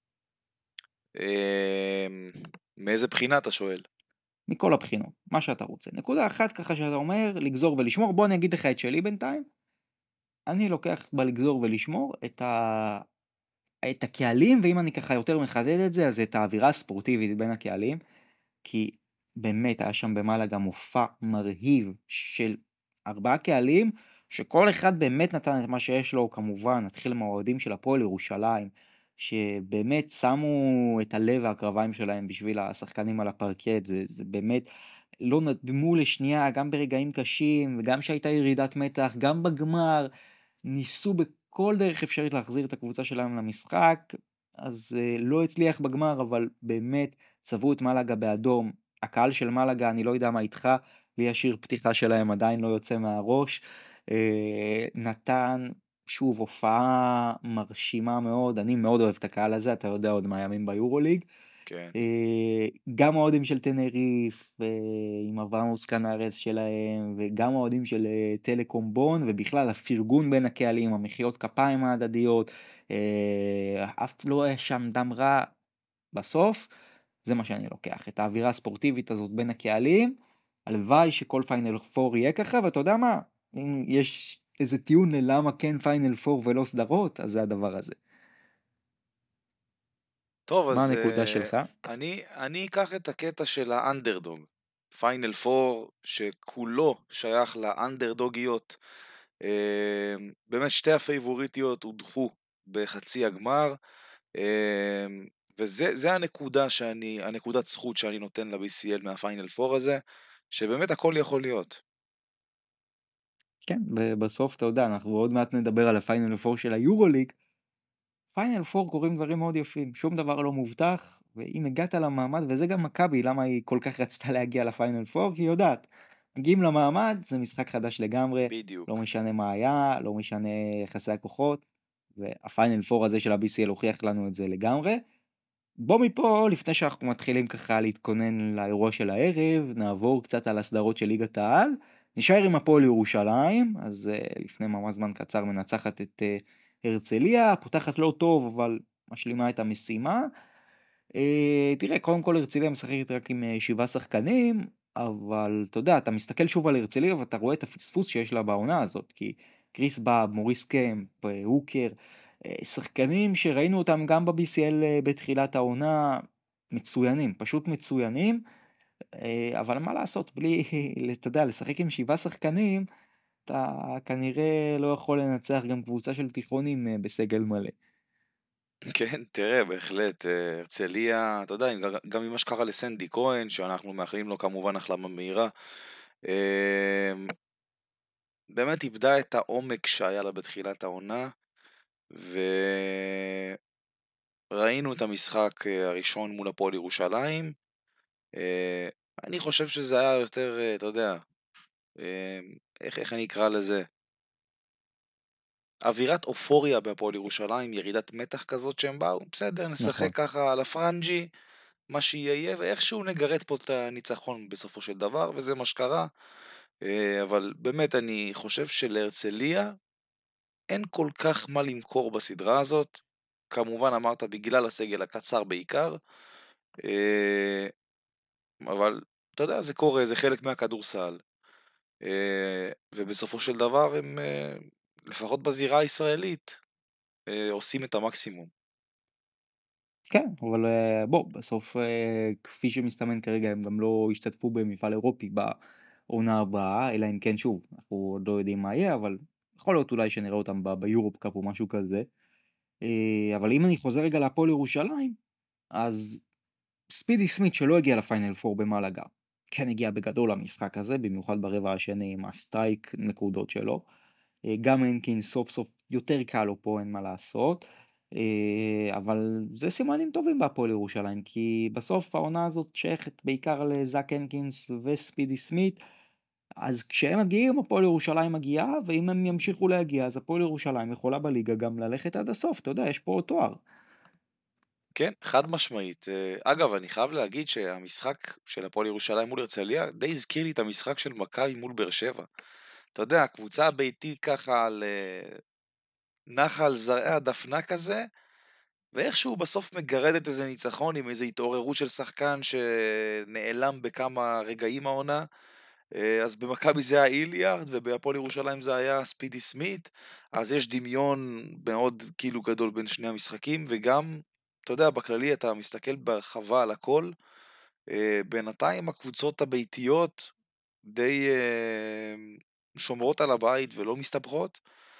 Speaker 4: מאיזה בחינה אתה שואל?
Speaker 2: מכל הבחינות, מה שאתה רוצה. נקודה אחת ככה שאתה אומר, לגזור ולשמור, בוא אני אגיד לך את שלי בינתיים. אני לוקח בלגזור ולשמור את הקהלים, ואם אני ככה יותר מחדד את זה, אז את האווירה הספורטיבית בין הקהלים, כי באמת היה שם במלאגה מופע מרהיב של 4 קהלים, שכל אחד באמת נתן את מה שיש לו, כמובן, נתחיל מהאוהדים של הפועל ירושלים, שבאמת שמו את הלב והקרביים שלהם בשביל השחקנים על הפרקט, זה באמת לא נדמו לשנייה, גם ברגעים קשים, וגם שהייתה ירידת מתח, גם בגמר, ניסו בכל דרך אפשרית להחזיר את הקבוצה שלהם למשחק, אז לא הצליח בגמר, אבל באמת צבעו את מלאגה באדום. הקהל של מלאגה, אני לא יודע מה איתך, לי השיר פתיחה שלהם עדיין לא יוצא מהראש, נתן שוב הופעה מרשימה מאוד, אני מאוד אוהב את הקהל הזה, אתה יודע עוד מהימים ביורוליג,
Speaker 4: כן.
Speaker 2: גם האוהדים של טנריף, עם אברמוס קנרס שלהם, וגם האוהדים של טלקום בון, ובכלל הפרגון בין הקהלים, המחיאות כפיים ההדדיות, אף לא היה שם דם רע בסוף, זה מה שאני לוקח, את האווירה הספורטיבית הזאת בין הקהלים, הלוואי שכל פיינל פור יהיה ככה, ואתה יודע מה, אם יש איזה טיעון ללמה כן פיינל פור ולא סדרות, אז זה הדבר הזה.
Speaker 4: טוב,
Speaker 2: מה
Speaker 4: אז
Speaker 2: הנקודה שלך?
Speaker 4: אני אקח את הקטע של האנדרדוג. פיינל פור, שכולו שייך לאנדרדוגיות. באמת שתי הפייבוריטיות הודחו בחצי הגמר, וזה הנקודת זכות שאני נותן ל-BCL מהפיינל פור הזה, שבאמת הכל יכול להיות.
Speaker 2: כן, בסוף אתה יודע, אנחנו עוד מעט נדבר על הפיינל פור של היורוליג, פיינל פור קוראים דברים מאוד יפים, שום דבר לא מובטח, ואם הגעת למעמד, וזה גם מכבי, למה היא כל כך רצתה להגיע לפיינל פור, כי היא יודעת, מגיעים למעמד, זה משחק חדש לגמרי,
Speaker 4: בדיוק.
Speaker 2: לא משנה מה היה, לא משנה יחסי הכוחות, והפיינל פור הזה של ה-BCL הוכיח לנו את זה לגמרי. בוא מפה, לפני שאנחנו מתחילים ככה להתכונן לאירוע של הערב, נעבור קצת על הסדרות של ליגת העל, נשאר עם הפועל ירושלים, אז לפני ממש זמן קצר מנצחת את הרצליה, פותחת לא טוב, אבל משלימה את המשימה. תראה, קודם כל הרצליה משחקת רק עם 7 שחקנים, אבל אתה יודע, אתה מסתכל שוב על הרצליה ואתה רואה את הפספוס שיש לה בעונה הזאת, כי קריס באב, מוריס קמפ, הוקר, שחקנים שראינו אותם גם ב-BCL בתחילת העונה, מצוינים, פשוט מצוינים, אבל מה לעשות, בלי, אתה יודע, לשחק עם 7 שחקנים, אתה כנראה לא יכול לנצח גם קבוצה של תיכונים בסגל מלא.
Speaker 4: כן, תראה, בהחלט, הרצליה, אתה יודע, גם ממה שקרה לסנדי כהן, שאנחנו מאחלים לו כמובן החלמה מהירה, באמת איבדה את העומק שהיה לה בתחילת העונה, וראינו את המשחק הראשון מול הפועל ירושלים. אני חושב שזה היה יותר, אתה יודע, איך אני אקרא לזה? אווירת אופוריה בהפועל ירושלים, ירידת מתח כזאת שהם באו, בסדר, נשחק ככה על הפרנג'י, מה שיהיה, ואיכשהו נגרד פה את הניצחון בסופו של דבר, וזה מה שקרה. אבל באמת אני חושב שלהרצליה אין כל כך מה למכור בסדרה הזאת, כמובן אמרת בגלל הסגל הקצר בעיקר, אבל אתה יודע, זה קורה, זה חלק מהכדורסל, ובסופו של דבר הם, לפחות בזירה הישראלית, עושים את המקסימום.
Speaker 2: כן, אבל בוא, בסוף כפי שמסתמן כרגע הם גם לא השתתפו במפעל אירופי בעונה הבאה, אלא אם כן שוב, אנחנו עוד לא יודעים מה יהיה, אבל יכול להיות אולי שנראה אותם ביורופ קאפ או משהו כזה. אבל אם אני חוזר רגע להפועל ירושלים, אז ספידי סמית שלא הגיע לפיינל פור במלאגה, כן הגיע בגדול למשחק הזה, במיוחד ברבע השני עם הסטייק נקודות שלו. גם הנקין סוף סוף יותר קל לו פה, אין מה לעשות. אבל זה סימנים טובים בהפועל ירושלים, כי בסוף העונה הזאת שייכת בעיקר לזאק הנקינס וספידי סמית, אז כשהם מגיעים, הפועל ירושלים מגיעה, ואם הם ימשיכו להגיע, אז הפועל ירושלים יכולה בליגה גם ללכת עד הסוף, אתה יודע, יש פה תואר.
Speaker 4: כן, חד משמעית. אגב, אני חייב להגיד שהמשחק של הפועל ירושלים מול הרצליה די הזכיר לי את המשחק של מכבי מול באר שבע. אתה יודע, הקבוצה הביתית ככה על נחל זרעי הדפנה כזה, ואיכשהו בסוף מגרדת איזה ניצחון עם איזו התעוררות של שחקן שנעלם בכמה רגעים העונה. אז במכבי זה היה איליארד, ובהפועל ירושלים זה היה ספידי סמית, אז יש דמיון מאוד כאילו גדול בין שני המשחקים, וגם, אתה יודע, בכללי אתה מסתכל בהרחבה על הכל, בינתיים הקבוצות הביתיות די שומרות על הבית ולא מסתבכות,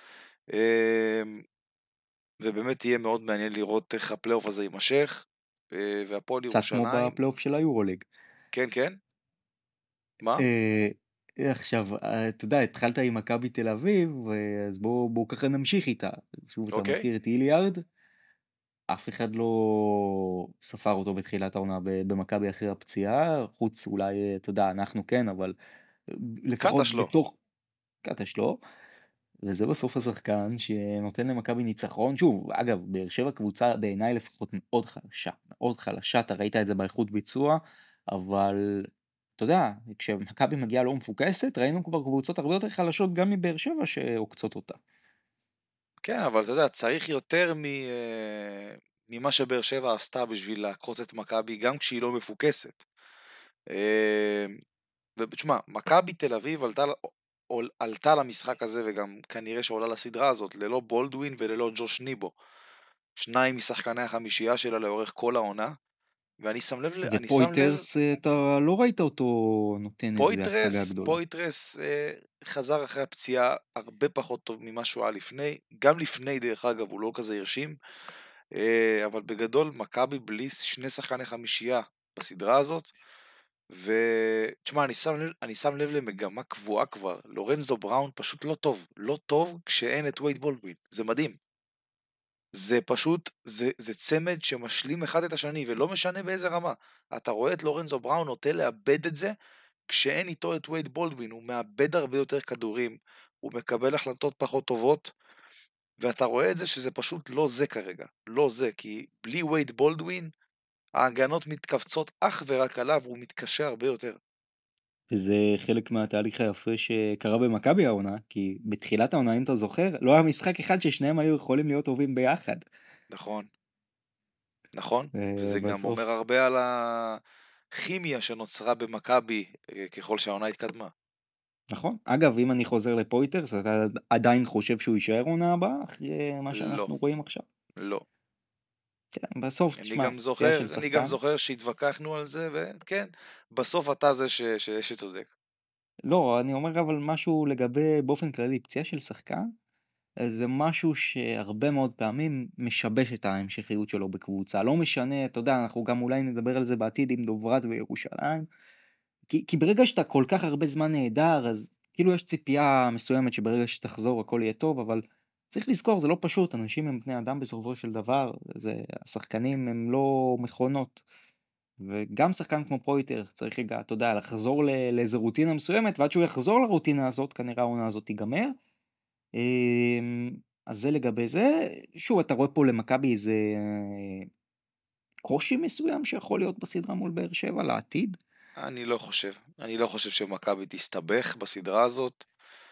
Speaker 4: ובאמת יהיה מאוד מעניין לראות איך הפלייאוף הזה יימשך, והפועל
Speaker 2: קצת כמו
Speaker 4: ירושלים,
Speaker 2: בפלייאוף של היורוליג.
Speaker 4: כן, כן, מה?
Speaker 2: אה, עכשיו, אתה יודע, התחלת עם מכבי תל אביב, אז בואו ככה נמשיך איתה. שוב, אתה
Speaker 4: אוקיי,
Speaker 2: מזכיר את איליארד, אף אחד לא ספר אותו בתחילת העונה במכבי אחרי הפציעה, חוץ אולי, אתה יודע, אנחנו כן, אבל לפחות
Speaker 4: קטש לא.
Speaker 2: בתוך קטש לא, וזה בסוף השחקן שנותן למכבי ניצחון. שוב, אגב, באר שבע קבוצה בעיניי לפחות מאוד חלשה, מאוד חלשה, אתה ראית את זה באיכות ביצוע, אבל אתה יודע, כשמכבי מגיעה לא מפוקסת, ראינו כבר קבוצות הרבה יותר חלשות גם מבאר שבע שעוקצות אותה.
Speaker 4: כן, אבל אתה יודע, צריך יותר ממה שבאר שבע עשתה בשביל לעקוץ את מכבי, גם כשהיא לא מפוקסת. ותשמע, מכבי תל אביב עלתה למשחק הזה, וגם כנראה שעולה לסדרה הזאת, ללא בולדווין וללא ג'וש ניבו. שניים משחקני החמישייה שלה לאורך כל העונה, ואני שם לב,
Speaker 2: ופויטרס, אתה לא ראית אותו נותן איזה הצגה גדולה.
Speaker 4: פויטרס חזר אחרי הפציעה הרבה פחות טוב ממה שהוא היה לפני, גם לפני דרך אגב הוא לא כזה הרשים, אבל בגדול מכבי בלי שני שחקני חמישייה בסדרה הזאת, ותשמע, אני שם לב למגמה קבועה כבר, לורנזו בראון פשוט לא טוב, לא טוב כשאין את וייד בולדווין, זה מדהים. זה פשוט, זה צמד שמשלים אחד את השני, ולא משנה באיזה רמה. אתה רואה את לורנזו בראון נוטה לאבד את זה, כשאין איתו את וייד בולדווין, הוא מאבד הרבה יותר כדורים, הוא מקבל החלטות פחות טובות, ואתה רואה את זה שזה פשוט לא זה כרגע, לא זה, כי בלי וייד בולדווין, ההגנות מתכווצות אך ורק עליו, והוא מתקשה הרבה יותר.
Speaker 2: וזה חלק מהתהליך היפה שקרה במכבי העונה, כי בתחילת העונה, אם אתה זוכר, לא היה משחק אחד ששניהם היו יכולים להיות טובים ביחד.
Speaker 4: נכון, נכון, וזה גם
Speaker 2: בסוף,
Speaker 4: אומר הרבה על הכימיה שנוצרה במכבי ככל שהעונה התקדמה.
Speaker 2: נכון. אגב, אם אני חוזר לפויטרס, אתה עדיין חושב שהוא יישאר עונה הבאה, אחרי מה
Speaker 4: לא,
Speaker 2: שאנחנו רואים עכשיו?
Speaker 4: לא.
Speaker 2: כן, בסוף, תשמע, פציעה של
Speaker 4: אני
Speaker 2: שחקן.
Speaker 4: גם זוכר שהתווכחנו על זה, וכן, בסוף אתה זה שצודק.
Speaker 2: לא, אני אומר אבל משהו לגבי, באופן כללי, פציעה של שחקן, זה משהו שהרבה מאוד פעמים משבש את ההמשכיות שלו בקבוצה. לא משנה, אתה יודע, אנחנו גם אולי נדבר על זה בעתיד עם דוברת וירושלים, כי ברגע שאתה כל כך הרבה זמן נהדר, אז כאילו יש ציפייה מסוימת שברגע שתחזור הכל יהיה טוב, אבל צריך לזכור, זה לא פשוט, אנשים הם בני אדם בסופו של דבר, השחקנים הם לא מכונות, וגם שחקן כמו פויטר צריך רגע, אתה יודע, לחזור לאיזו רוטינה מסוימת, ועד שהוא יחזור לרוטינה הזאת, כנראה העונה הזאת תיגמר. אז זה לגבי זה. שוב, אתה רואה פה למכבי איזה קושי מסוים שיכול להיות בסדרה מול באר שבע לעתיד.
Speaker 4: אני לא חושב שמכבי תסתבך בסדרה הזאת.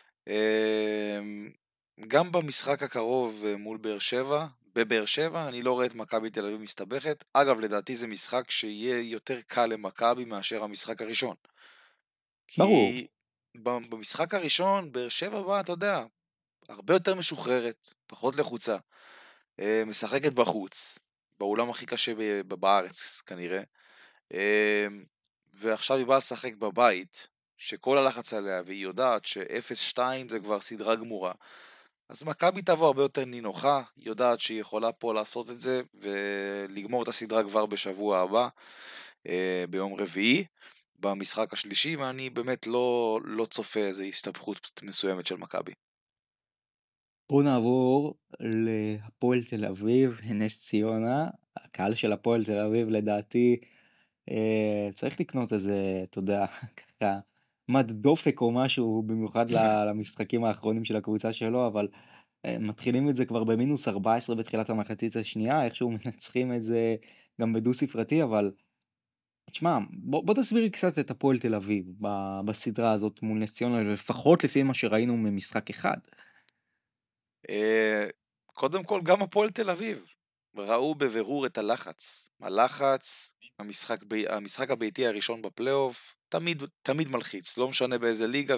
Speaker 4: גם במשחק הקרוב מול באר שבע, בבאר שבע, אני לא רואה את מכבי תל אביב מסתבכת. אגב, לדעתי זה משחק שיהיה יותר קל למכבי מאשר המשחק הראשון.
Speaker 2: ברור.
Speaker 4: כי במשחק הראשון, באר שבע בא, אתה יודע, הרבה יותר משוחררת, פחות לחוצה. משחקת בחוץ, באולם הכי קשה בארץ כנראה, ועכשיו היא באה לשחק בבית, שכל הלחץ עליה, והיא יודעת ש-0-2 זה כבר סדרה גמורה. אז מכבי תבוא הרבה יותר נינוחה, היא יודעת שהיא יכולה פה לעשות את זה, ולגמור את הסדרה כבר בשבוע הבא, ביום רביעי, במשחק השלישי, ואני באמת לא צופה איזו הסתבכות מסוימת של מכבי.
Speaker 2: בואו נעבור להפועל תל אביב, נס ציונה. הקהל של הפועל תל אביב לדעתי צריך לקנות איזה, אתה יודע, ככה מד דופק או משהו, במיוחד למשחקים האחרונים של הקבוצה שלו, אבל מתחילים את זה כבר במינוס 14 בתחילת המחצית השנייה, איכשהו מנצחים את זה גם בדו ספרתי, אבל תשמע, בוא תסביר קצת את הפועל תל אביב בסדרה הזאת מול נס ציונה, לפחות לפי מה שראינו ממשחק אחד.
Speaker 4: קודם כל, גם הפועל תל אביב ראו בבירור את הלחץ. המשחק הביתי הראשון בפלייאוף תמיד מלחיץ, לא משנה באיזה ליגה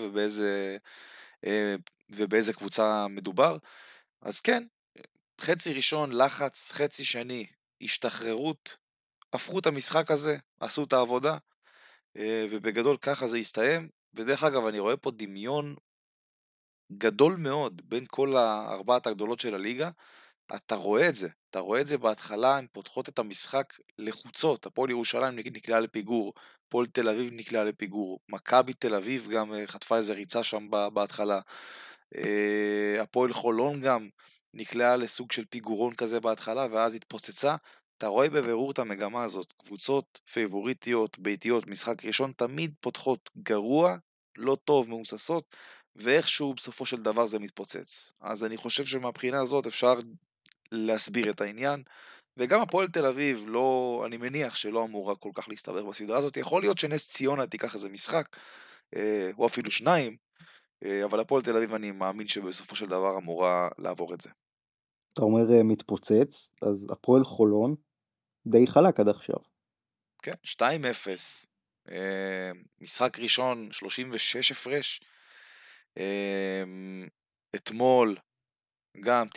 Speaker 4: ובאיזה קבוצה מדובר. אז כן, חצי ראשון לחץ, חצי שני השתחררות, הפכו את המשחק הזה, עשו את העבודה, ובגדול ככה זה הסתיים. ודרך אגב, אני רואה פה דמיון גדול מאוד בין כל הארבעת הגדולות של הליגה. אתה רואה את זה בהתחלה, הן פותחות את המשחק לחוצות. הפועל ירושלים נקלעה לפיגור, הפועל תל אביב נקלעה לפיגור, מכבי תל אביב גם חטפה איזה ריצה שם בהתחלה, הפועל חולון גם נקלעה לסוג של פיגורון כזה בהתחלה, ואז התפוצצה. אתה רואה בבירור את המגמה הזאת, קבוצות פייבוריטיות, ביתיות, משחק ראשון, תמיד פותחות גרוע, לא טוב, מאוססות, ואיכשהו בסופו של דבר זה מתפוצץ. אז אני חושב שמבחינה הזאת אפשר להסביר את העניין, וגם הפועל תל אביב, אני מניח שלא אמורה כל כך להסתבר בסדרה הזאת. יכול להיות שנס ציונה תיקח איזה משחק, או אפילו שניים, אבל הפועל תל אביב אני מאמין שבסופו של דבר אמורה לעבור את זה.
Speaker 2: אתה אומר מתפוצץ, אז הפועל חולון די חלק עד עכשיו.
Speaker 4: כן, 2-0, משחק ראשון 36 הפרש, אתמול גם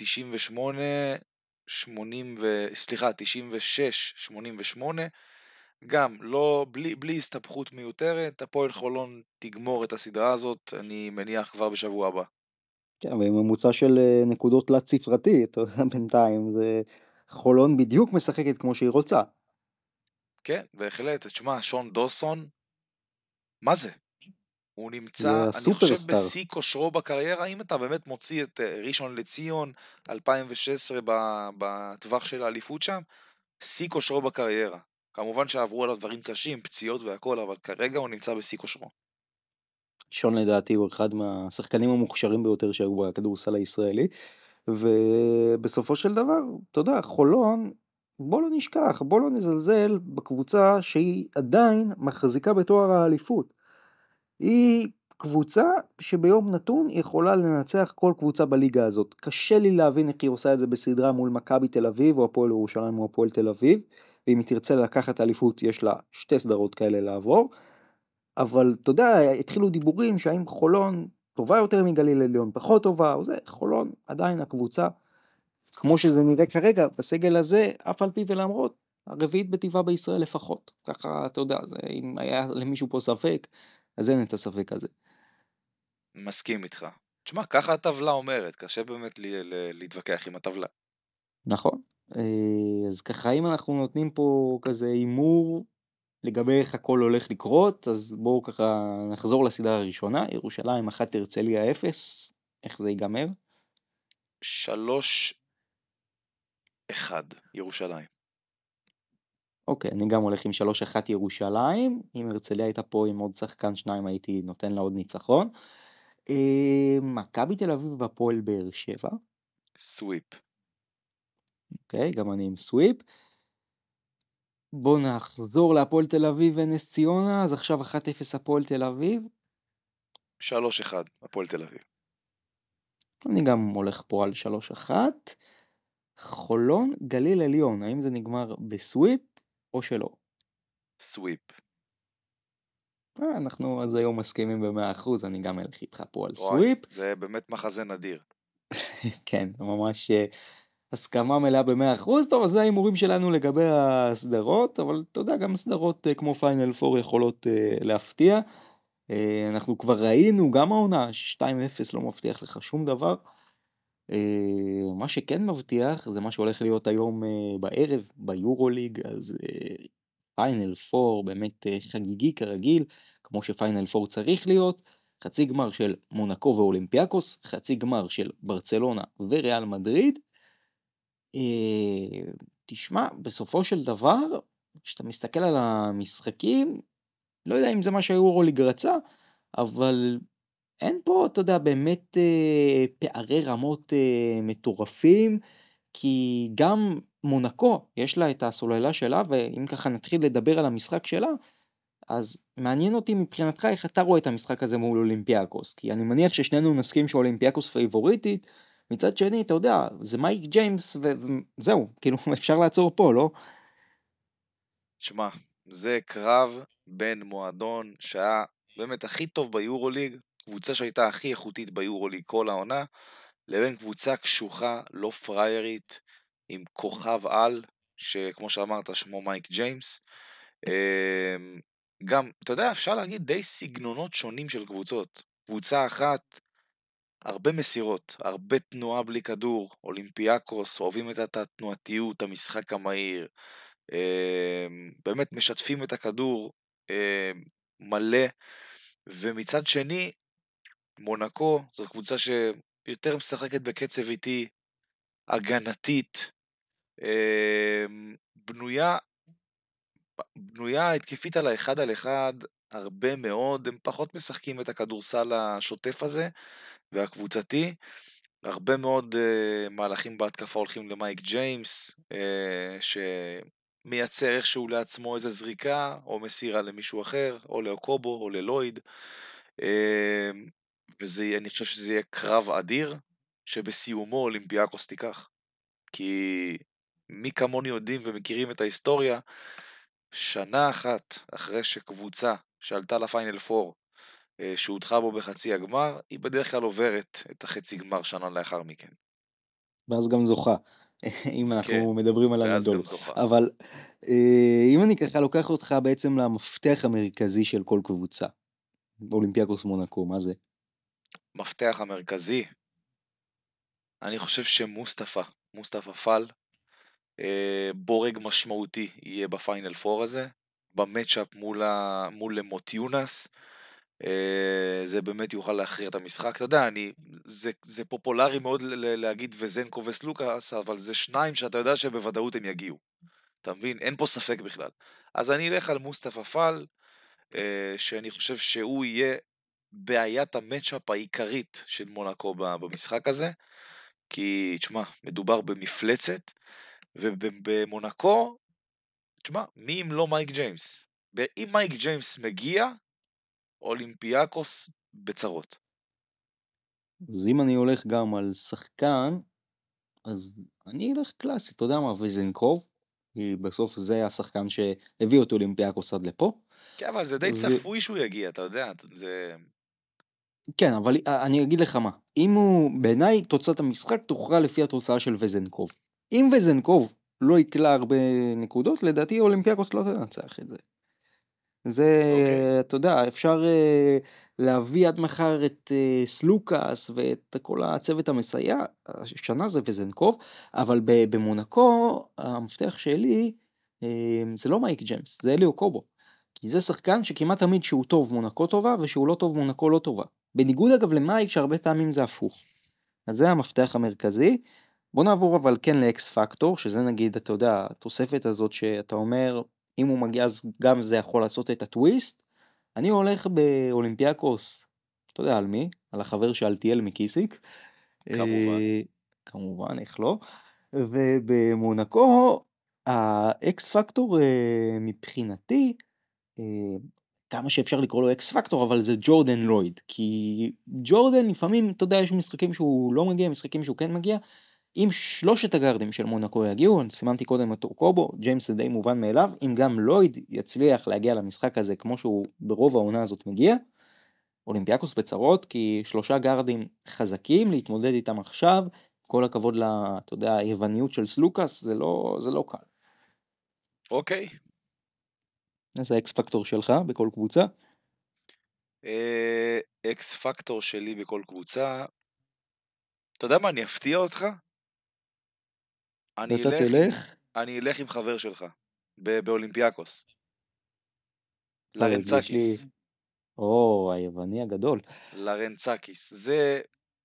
Speaker 4: 96-88, גם לא, בלי הסתבכות מיותרת. הפועל חולון תגמור את הסדרה הזאת, אני מניח כבר בשבוע הבא.
Speaker 2: כן, וממוצע של נקודות תלת ספרתי, בינתיים זה חולון בדיוק משחקת כמו שהיא רוצה.
Speaker 4: כן, בהחלט. תשמע, שון דוסון, מה זה? הוא נמצא, אני חושב, בשיא כושרו בקריירה. אם אתה באמת מוציא את ראשון לציון 2016 בטווח של האליפות שם, שיא כושרו בקריירה. כמובן שעברו עליו דברים קשים, פציעות והכל, אבל כרגע הוא נמצא בשיא כושרו.
Speaker 2: שון לדעתי הוא אחד מהשחקנים המוכשרים ביותר שהיו בכדורסל הישראלי, ובסופו של דבר, אתה יודע, חולון, בוא לא נשכח, בוא לא נזלזל בקבוצה שהיא עדיין מחזיקה בתואר האליפות. היא קבוצה שביום נתון יכולה לנצח כל קבוצה בליגה הזאת. קשה לי להבין איך היא עושה את זה בסדרה מול מכבי תל אביב או הפועל ירושלים או הפועל תל אביב, ואם היא תרצה לקחת אליפות יש לה 2 סדרות כאלה לעבור. אבל אתה יודע, התחילו דיבורים שהאם חולון טובה יותר מגליל עליון, פחות טובה, או זה, חולון עדיין הקבוצה, כמו שזה נראה כרגע, בסגל הזה, אף על פי ולמרות, הרביעית בטבעה בישראל לפחות. ככה, אתה יודע, אם היה למישהו פה ספק, אז אין את הספק הזה.
Speaker 4: מסכים איתך. תשמע, ככה הטבלה אומרת, קשה באמת להתווכח עם הטבלה.
Speaker 2: נכון. אז ככה, אם אנחנו נותנים פה כזה אימור לגבי איך הכל הולך לקרות, אז בואו ככה נחזור לסדרה הראשונה, ירושלים 1 הרצליה 0, איך זה ייגמר?
Speaker 4: 3-1 ירושלים.
Speaker 2: אוקיי, אני גם הולך עם 3-1 ירושלים, אם הרצליה הייתה פה עם עוד שחקן 2 הייתי נותן לה עוד ניצחון. מכבי תל אביב והפועל באר שבע.
Speaker 4: סוויפ.
Speaker 2: אוקיי, גם אני עם סוויפ. בואו נחזור להפועל תל אביב ונס ציונה, אז עכשיו 1-0 הפועל תל אביב.
Speaker 4: 3-1 הפועל תל אביב.
Speaker 2: אני גם הולך פה על 3-1. חולון גליל עליון, האם זה נגמר בסוויפ או שלא?
Speaker 4: סוויפ.
Speaker 2: אנחנו אז היום מסכימים ב100%, אני גם אלך איתך פה על סוויפ.
Speaker 4: זה באמת מחזה נדיר.
Speaker 2: כן, ממש הסכמה מלאה ב100%, טוב, אז זה ההימורים שלנו לגבי הסדרות, אבל אתה יודע, גם סדרות כמו פיינל 4 יכולות להפתיע. אנחנו כבר ראינו, גם העונה, 2-0 לא מבטיח לך שום דבר. מה שכן מבטיח, זה מה שהולך להיות היום בערב, ביורוליג, אז פיינל 4 באמת חגיגי כרגיל, כמו שפיינל 4 צריך להיות, חצי גמר של מונקו ואולימפיאקוס, חצי גמר של ברצלונה וריאל מדריד. תשמע, בסופו של דבר, כשאתה מסתכל על המשחקים, לא יודע אם זה מה שהיורוליג רצה, אבל אין פה, אתה יודע, באמת פערי רמות מטורפים, כי גם מונקו, יש לה את הסוללה שלה, ואם ככה נתחיל לדבר על המשחק שלה, אז מעניין אותי מבחינתך איך אתה רואה את המשחק הזה מול אולימפיאקוס, כי אני מניח ששנינו נסכים שאולימפיאקוס פייבוריטית, מצד שני, אתה יודע, זה מייק ג'יימס וזהו, כאילו אפשר לעצור פה, לא?
Speaker 4: שמע, זה קרב בין מועדון שהיה באמת הכי טוב ביורוליג, קבוצה שהייתה הכי איכותית ביורוליג כל העונה, לבין קבוצה קשוחה, לא פריירית, עם כוכב על, שכמו שאמרת שמו מייק ג'יימס, גם, אתה יודע, אפשר להגיד די סגנונות שונים של קבוצות. קבוצה אחת, הרבה מסירות, הרבה תנועה בלי כדור, אולימפיאקוס, אוהבים את התנועתיות, המשחק המהיר, באמת משתפים את הכדור מלא, ומצד שני, מונקו, זאת קבוצה שיותר משחקת בקצב איטי, הגנתית, בנויה התקפית על האחד על אחד, הרבה מאוד, הם פחות משחקים את הכדורסל השוטף הזה, והקבוצתי, הרבה מאוד מהלכים בהתקפה הולכים למייק ג'יימס, שמייצר איכשהו לעצמו איזה זריקה, או מסירה למישהו אחר, או לאוקובו, או ללויד, ואני חושב שזה יהיה קרב אדיר, שבסיומו אולימפיאקוס תיקח. כי מי כמוני יודעים ומכירים את ההיסטוריה, שנה אחת אחרי שקבוצה שעלתה לפיינל 4, שהודחה בו בחצי הגמר, היא בדרך כלל עוברת את החצי גמר שנה לאחר מכן.
Speaker 2: ואז גם זוכה, אם אנחנו מדברים על הנדולו. אבל אם אני ככה לוקח אותך בעצם למפתח המרכזי של כל קבוצה, אולימפיאקוס מונקו, מה זה?
Speaker 4: מפתח המרכזי, אני חושב מוסטפא פאל, בורג משמעותי יהיה בפיינל 4 הזה, במצ'אפ מול מוטיונס, זה באמת יוכל להכריע את המשחק. אתה יודע, זה פופולרי מאוד להגיד וזנקו וסלוקאס, אבל זה שניים שאתה יודע שבוודאות הם יגיעו. אתה מבין? אין פה ספק בכלל. אז אני אלך על מוסטפא פאל, שאני חושב שהוא יהיה בעיית המצ'אפ העיקרית של מונקו במשחק הזה, כי, תשמע, מדובר במפלצת, ובמונקו, תשמע, מי אם לא מייק ג'יימס? אם מייק ג'יימס מגיע, אולימפיאקוס בצרות.
Speaker 2: אז אם אני הולך גם על שחקן, אז אני אלך קלאסי, אתה יודע מה, וזנקוב, כי בסוף זה השחקן שהביא אותו אולימפיאקוס עד לפה.
Speaker 4: כן, אבל זה די צפוי שהוא יגיע, אתה יודע, זה...
Speaker 2: כן, אבל אני אגיד לך מה, אם הוא, בעיניי תוצאת המשחק תוכרע לפי התוצאה של וזנקוב. אם וזנקוב לא יקלה הרבה נקודות, לדעתי אולימפיאקוס לא תנצח את זה. זה, אתה יודע, אפשר להביא עד מחר את סלוקאס ואת כל הצוות המסייע, השנה זה וזנקוב, אבל במונקו המפתח שלי זה לא מייק ג'יימס, זה אליו קובו, כי זה שחקן שכמעט תמיד שהוא טוב מונקו טובה, ושהוא לא טוב מונקו לא טובה. בניגוד אגב למייק שהרבה פעמים זה הפוך. אז זה המפתח המרכזי. בוא נעבור אבל כן לאקס פקטור, שזה נגיד, אתה יודע, התוספת הזאת שאתה אומר, אם הוא מגיע אז גם זה יכול לעשות את הטוויסט. אני הולך באולימפיאקוס, אתה יודע על מי? על החבר שאלתיאל מקיסיק.
Speaker 4: כמובן.
Speaker 2: כמובן, איך לא? ובמונקו, האקס פקטור מבחינתי, כמה שאפשר לקרוא לו אקס פקטור, אבל זה ג'ורדן לויד, כי ג'ורדן לפעמים, אתה יודע, יש משחקים שהוא לא מגיע, משחקים שהוא כן מגיע, אם שלושת הגארדים של מונקו יגיעו, סימנתי קודם את אוקובו, ג'יימס זה די מובן מאליו, אם גם לויד יצליח להגיע למשחק הזה, כמו שהוא ברוב העונה הזאת מגיע, אולימפיאקוס בצרות, כי שלושה גארדים חזקים להתמודד איתם עכשיו, כל הכבוד אתה יודע, היווניות של סלוקאס, זה לא קל.
Speaker 4: אוקיי.
Speaker 2: איזה האקס פקטור שלך בכל קבוצה?
Speaker 4: אקס פקטור שלי בכל קבוצה, אתה יודע מה, אני אפתיע אותך?
Speaker 2: ואתה תלך?
Speaker 4: אני אלך עם חבר שלך, באולימפיאקוס.
Speaker 2: יש לי...
Speaker 4: לרנצקיס.
Speaker 2: היווני הגדול.
Speaker 4: לרנצקיס. זה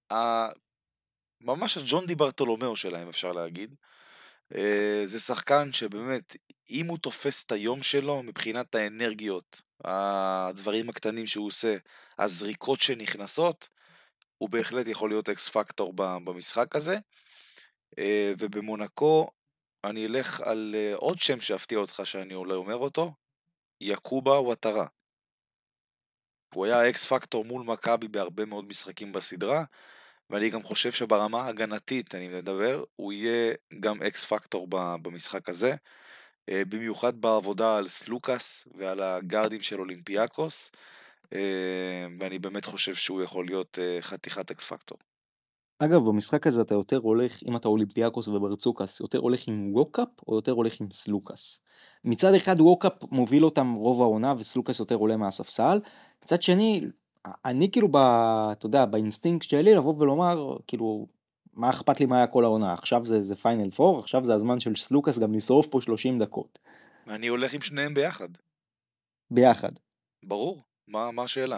Speaker 4: ממש הג'ון די ברטולומיאו שלהם, אפשר להגיד. זה שחקן שבאמת, אם הוא תופס את היום שלו, מבחינת האנרגיות, הדברים הקטנים שהוא עושה, הזריקות שנכנסות, הוא בהחלט יכול להיות אקס פקטור במשחק הזה. ובמונקו, אני אלך על עוד שם שהפתיע אותך שאני אולי אומר אותו, יקובה וואטרה. הוא היה אקס פקטור מול מכבי בהרבה מאוד משחקים בסדרה, ואני גם חושב שברמה הגנתית, אני מדבר, הוא יהיה גם אקס פקטור במשחק הזה, במיוחד בעבודה על סלוקאס ועל הגארדים של אולימפיאקוס, ואני באמת חושב שהוא יכול להיות חתיכת אקס פקטור.
Speaker 2: אגב, במשחק הזה אתה יותר הולך, אם אתה אולימפיאקוס וברצוקס, יותר הולך עם ווקאפ או יותר הולך עם סלוקאס? מצד אחד ווקאפ מוביל אותם רוב העונה וסלוקאס יותר עולה מהספסל, מצד שני, אני כאילו, אתה יודע, באינסטינקט שלי לבוא ולומר, כאילו, מה אכפת לי מה היה כל העונה? עכשיו זה פיינל פור, עכשיו זה הזמן של סלוקאס גם לשרוף פה 30 דקות.
Speaker 4: אני הולך עם שניהם ביחד.
Speaker 2: ביחד.
Speaker 4: ברור, מה השאלה?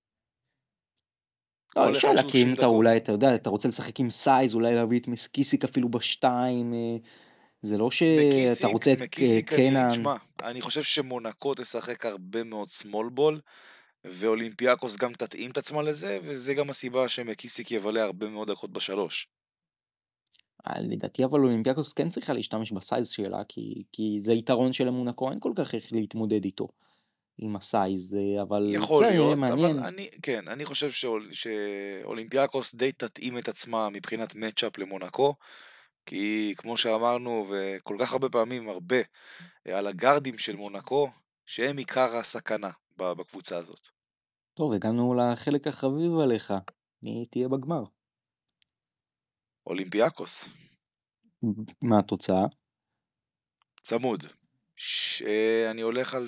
Speaker 2: לא, יש שאלה, כי אם אתה אולי, אתה יודע, אתה רוצה לשחק עם סייז, אולי להביא את מקיסיק אפילו בשתיים, זה לא שאתה רוצה את קנן.
Speaker 4: תשמע, אני חושב שמונקו תשחק הרבה מאוד סמול בול, ואולימפיאקוס גם תתאים את עצמה לזה, וזה גם הסיבה שמקיסיק יבלה הרבה מאוד דקות בשלוש.
Speaker 2: לדעתי אבל אולימפיאקוס כן צריכה להשתמש בסייז שלה, כי זה יתרון של מונקו, אין כל כך איך להתמודד איתו. עם הסייז, אבל
Speaker 4: יכול להיות, אבל אני חושב שאולימפיאקוס די תתאים את עצמה מבחינת מאצ'אפ למונקו, כי כמו שאמרנו, וכל כך הרבה פעמים, הרבה על הגארדים של מונקו, שהם עיקר הסכנה בקבוצה הזאת.
Speaker 2: טוב, הגענו לחלק החביב עליך, מי תהיה בגמר?
Speaker 4: אולימפיאקוס.
Speaker 2: מה התוצאה?
Speaker 4: צמוד. אני הולך על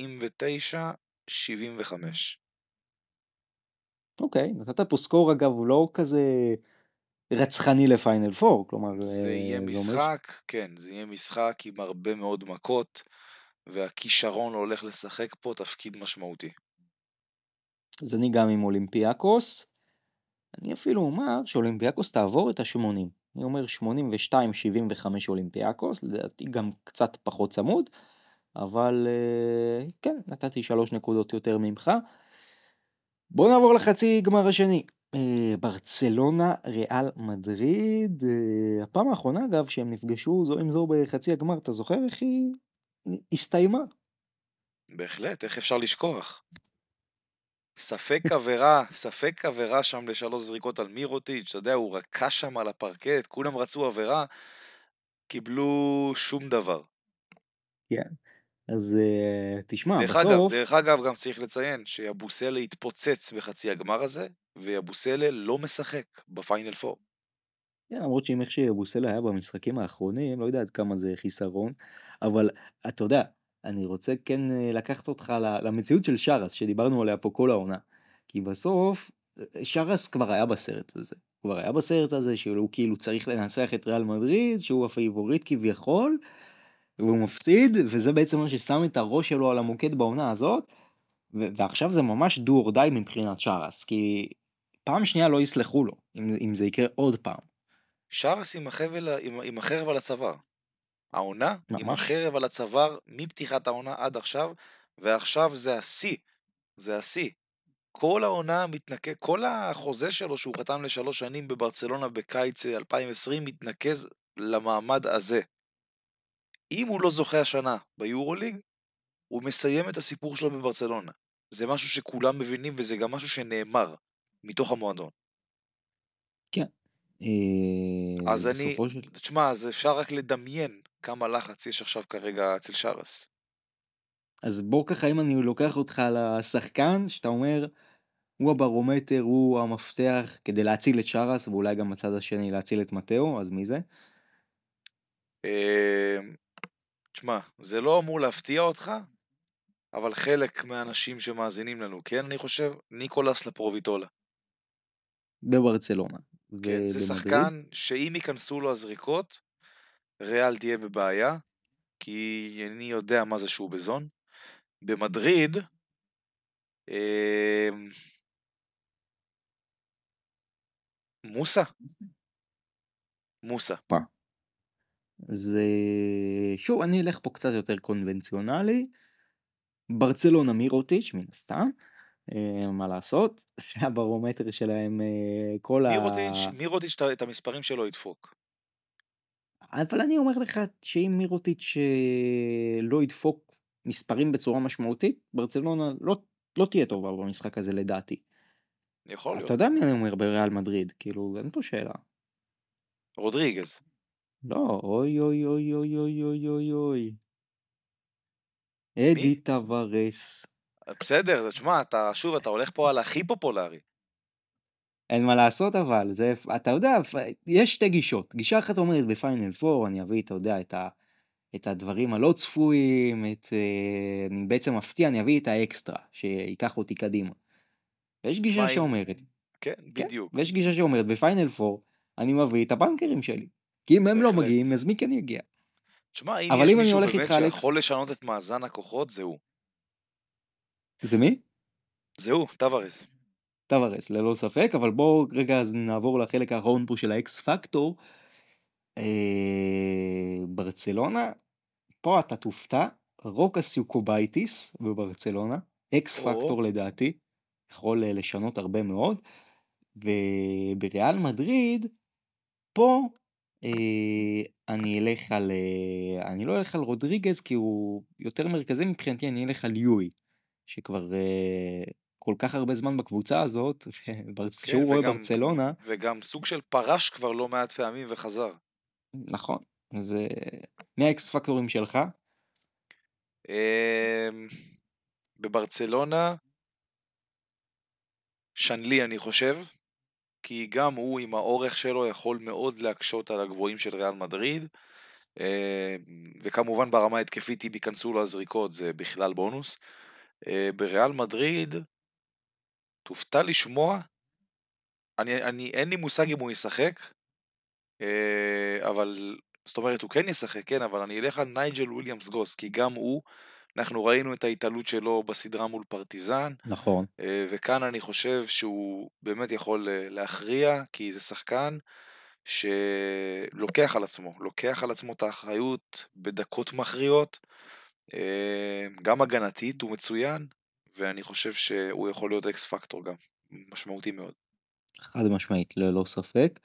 Speaker 4: 79-75.
Speaker 2: אוקיי, נתת פה סקור אגב, הוא לא כזה רצחני לפיינל פור, כלומר...
Speaker 4: זה יהיה משחק, כן, זה יהיה משחק עם הרבה מאוד מכות, והכישרון הולך לשחק פה תפקיד משמעותי.
Speaker 2: אז אני גם עם אולימפיאקוס, אני אפילו אומר שאולימפיאקוס תעבור את ה-80, אני אומר 82-75 אולימפיאקוס, לדעתי גם קצת פחות צמוד, אבל כן, נתתי 3 נקודות יותר ממך. בואו נעבור לחצי גמר השני. ברצלונה ריאל מדריד, הפעם האחרונה אגב שהם נפגשו זו עם זו בחצי הגמר, אתה זוכר איך היא הסתיימה?
Speaker 4: בהחלט, איך אפשר לשכוח? ספק עבירה שם ל3 זריקות על מירוטיץ', אתה יודע, הוא רקע שם על הפרקט, כולם רצו עבירה, קיבלו שום דבר.
Speaker 2: כן, אז תשמע, בסוף...
Speaker 4: דרך אגב, גם צריך לציין שיבוסלה התפוצץ בחצי הגמר הזה, ויבוסלה לא משחק בפיינל פור.
Speaker 2: כן, למרות שאם איך שיבוסלה היה במשחקים האחרונים, לא יודע עד כמה זה חיסרון, אבל אתה יודע, אני רוצה כן לקחת אותך למציאות של שרס, שדיברנו עליה פה כל העונה, כי בסוף שרס כבר היה בסרט הזה, שהוא כאילו צריך לנצח את ריאל מדריד, שהוא הפייבוריט כביכול, והוא מפסיד, וזה בעצם מה ששם את הראש שלו על המוקד בעונה הזאת, ועכשיו זה ממש דו או די מבחינת שרס, כי פעם שנייה לא יסלחו לו, אם זה יקרה עוד פעם.
Speaker 4: שרס עם החרב על הצוואר. העונה עם החרב על הצוואר מפתיחת העונה עד עכשיו, ועכשיו זה השיא. כל העונה מתנקז, כל החוזה שלו שהוא חתם ל3 שנים בברצלונה בקיץ 2020 מתנקז למעמד הזה. אם הוא לא זוכה השנה ביורוליג, הוא מסיים את הסיפור שלו בברצלונה. זה משהו שכולם מבינים, וזה גם משהו שנאמר מתוך המועדון.
Speaker 2: כן.
Speaker 4: אז תשמע, אז אפשר רק לדמיין כמה לחץ יש עכשיו כרגע אצל שרס.
Speaker 2: אז בוא ככה, אם אני לוקח אותך לשחקן, שאתה אומר, הוא הברומטר, הוא המפתח כדי להציל את שרס, ואולי גם בצד השני להציל את מטאו, אז מי זה?
Speaker 4: תשמע, זה לא אמור להפתיע אותך, אבל חלק מהאנשים שמאזינים לנו, כן, אני חושב, ניקולס לפרוביטולה.
Speaker 2: בברצלונה.
Speaker 4: כן, זה שחקן שאם ייכנסו לו הזריקות, ריאל תהיה בבעיה, כי אני יודע מה זה שהוא בזון. במדריד, מוסה.
Speaker 2: זה... שוב, אני אלך פה קצת יותר קונבנציונלי. ברצלונה מירוטיץ' מן הסתם. מה לעשות? זה הברומטר שלהם כל
Speaker 4: מירוטיץ' את המספרים שלו ידפוק.
Speaker 2: אבל אני אומר לך שאם מירוטיץ' לא ידפוק מספרים בצורה משמעותית, ברצלונה לא תהיה טובה במשחק הזה לדעתי.
Speaker 4: יכול להיות.
Speaker 2: אתה יודע מי אני אומר בריאל מדריד? כאילו, אין פה שאלה.
Speaker 4: רודריגז.
Speaker 2: לא, אוי אוי אוי אוי אוי אוי אוי אוי. אדי טווארס.
Speaker 4: בסדר, זה תשמע, אתה הולך פה על הכי פופולרי.
Speaker 2: אין מה לעשות אבל, זה, אתה יודע, יש שתי גישות. גישה אחת אומרת בפיינל 4, אני אביא, אתה יודע, את הדברים הלא צפויים, אני בעצם מפתיע, אני אביא את האקסטרה, שיקח אותי קדימה. ויש גישה שאומרת,
Speaker 4: כן, בדיוק.
Speaker 2: ויש גישה שאומרת, בפיינל 4, אני מביא את הבנקרים שלי. כי אם הם לא מגיעים, אז מי כן יגיע?
Speaker 4: תשמע, אם יש מישהו באמת שיכול לשנות את מאזן הכוחות, זהו.
Speaker 2: זה מי?
Speaker 4: זהו,
Speaker 2: טווארס, ללא ספק, אבל בואו רגע אז נעבור לחלק האחרון פה של האקס פקטור. ברצלונה, פה אתה תופתע, רוקס יוקובייטיס בברצלונה, אקס פקטור לדעתי, יכול לשנות הרבה מאוד, ובריאל מדריד, פה אני לא אלך על רודריגז, כי הוא יותר מרכזי מבחינתי, אני אלך על יואי, שכבר כל כך הרבה זמן בקבוצה הזאת, שהוא רואה ברצלונה.
Speaker 4: וגם סוג של פרש כבר לא מעט פעמים וחזר.
Speaker 2: נכון, אז מי האקס פקטורים שלך?
Speaker 4: בברצלונה, שנלי אני חושב, כי גם הוא עם האורך שלו יכול מאוד להקשות על הגבוהים של ריאל מדריד, וכמובן ברמה התקפית אם ייכנסו לו הזריקות זה בכלל בונוס. בריאל מדריד, תופתע לשמוע, אין לי מושג אם הוא ישחק, אבל, זאת אומרת, הוא כן ישחק, כן, אבל אני אלך על נייג'ל וויליאמס גוס, כי גם הוא, אנחנו ראינו את ההתעלות שלו בסדרה מול פרטיזן,
Speaker 2: נכון.
Speaker 4: וכאן אני חושב שהוא באמת יכול להכריע, כי זה שחקן שלוקח על עצמו את האחריות בדקות מכריעות, גם הגנתית הוא מצוין, ואני חושב שהוא יכול להיות אקס פקטור גם, משמעותי מאוד.
Speaker 2: חד משמעית, ללא ספק.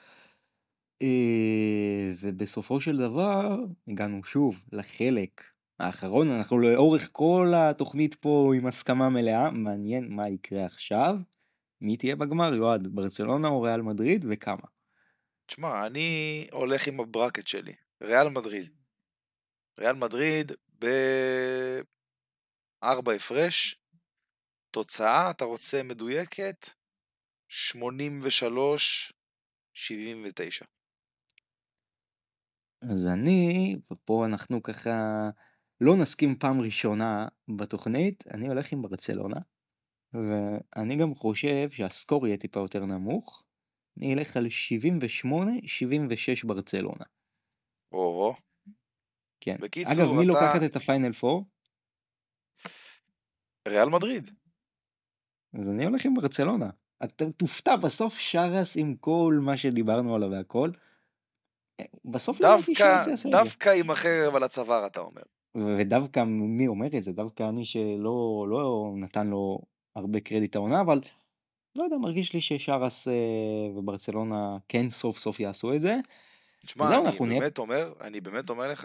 Speaker 2: ובסופו של דבר, הגענו שוב לחלק האחרון, אנחנו לאורך כל התוכנית פה עם הסכמה מלאה, מעניין מה יקרה עכשיו, מי תהיה בגמר, יועד, ברצלונה או ריאל מדריד וכמה?
Speaker 4: תשמע, אני הולך עם הברקט שלי, ריאל מדריד ב4 הפרש, תוצאה, אתה רוצה מדויקת, 83-79.
Speaker 2: אז ופה אנחנו ככה לא נסכים פעם ראשונה בתוכנית, אני הולך עם ברצלונה, ואני גם חושב שהסקור יהיה טיפה יותר נמוך, אני אלך על 78-76 ברצלונה. כן. בקיצור, אגב, מי לוקחת את הפיינל 4?
Speaker 4: ריאל מדריד.
Speaker 2: אז אני הולך עם ברצלונה. אתה תופתע בסוף שרס עם כל מה שדיברנו עליו והכל. בסוף
Speaker 4: דווקא עם החרב על הצוואר אתה אומר.
Speaker 2: ודווקא מי אומר את זה? דווקא אני שלא נתן לו הרבה קרדיט העונה, אבל לא יודע, מרגיש לי ששרס וברצלונה כן סוף סוף יעשו את זה.
Speaker 4: תשמע, אני באמת אומר לך,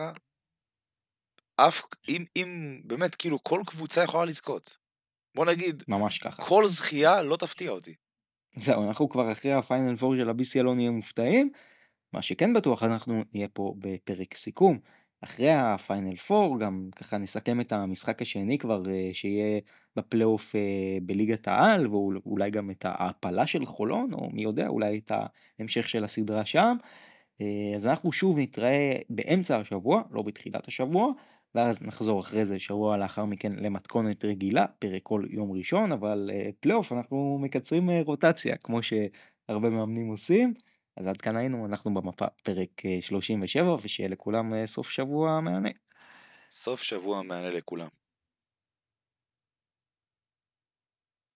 Speaker 4: אם באמת כאילו כל קבוצה יכולה לזכות, בוא נגיד,
Speaker 2: ממש ככה.
Speaker 4: כל זכייה לא תפתיע אותי.
Speaker 2: זהו, אנחנו כבר אחרי הפיינל 4 של ה-BCL לא נהיה מופתעים, מה שכן בטוח, אנחנו נהיה פה בפרק סיכום, אחרי הפיינל פור, גם ככה נסכם את המשחק השני כבר שיהיה בפלייאוף בליגת העל, ואולי גם את ההעפלה של חולון, או מי יודע, אולי את ההמשך של הסדרה שם. אז אנחנו שוב נתראה באמצע השבוע, לא בתחילת השבוע, ואז נחזור אחרי זה שבוע לאחר מכן למתכונת רגילה, פרק כל יום ראשון, אבל פלייאוף אנחנו מקצרים רוטציה, כמו שהרבה מאמנים עושים. אז עד כאן היינו, אנחנו במפה פרק 37, ושיהיה לכולם סוף שבוע מהנה.
Speaker 4: סוף שבוע מענה לכולם.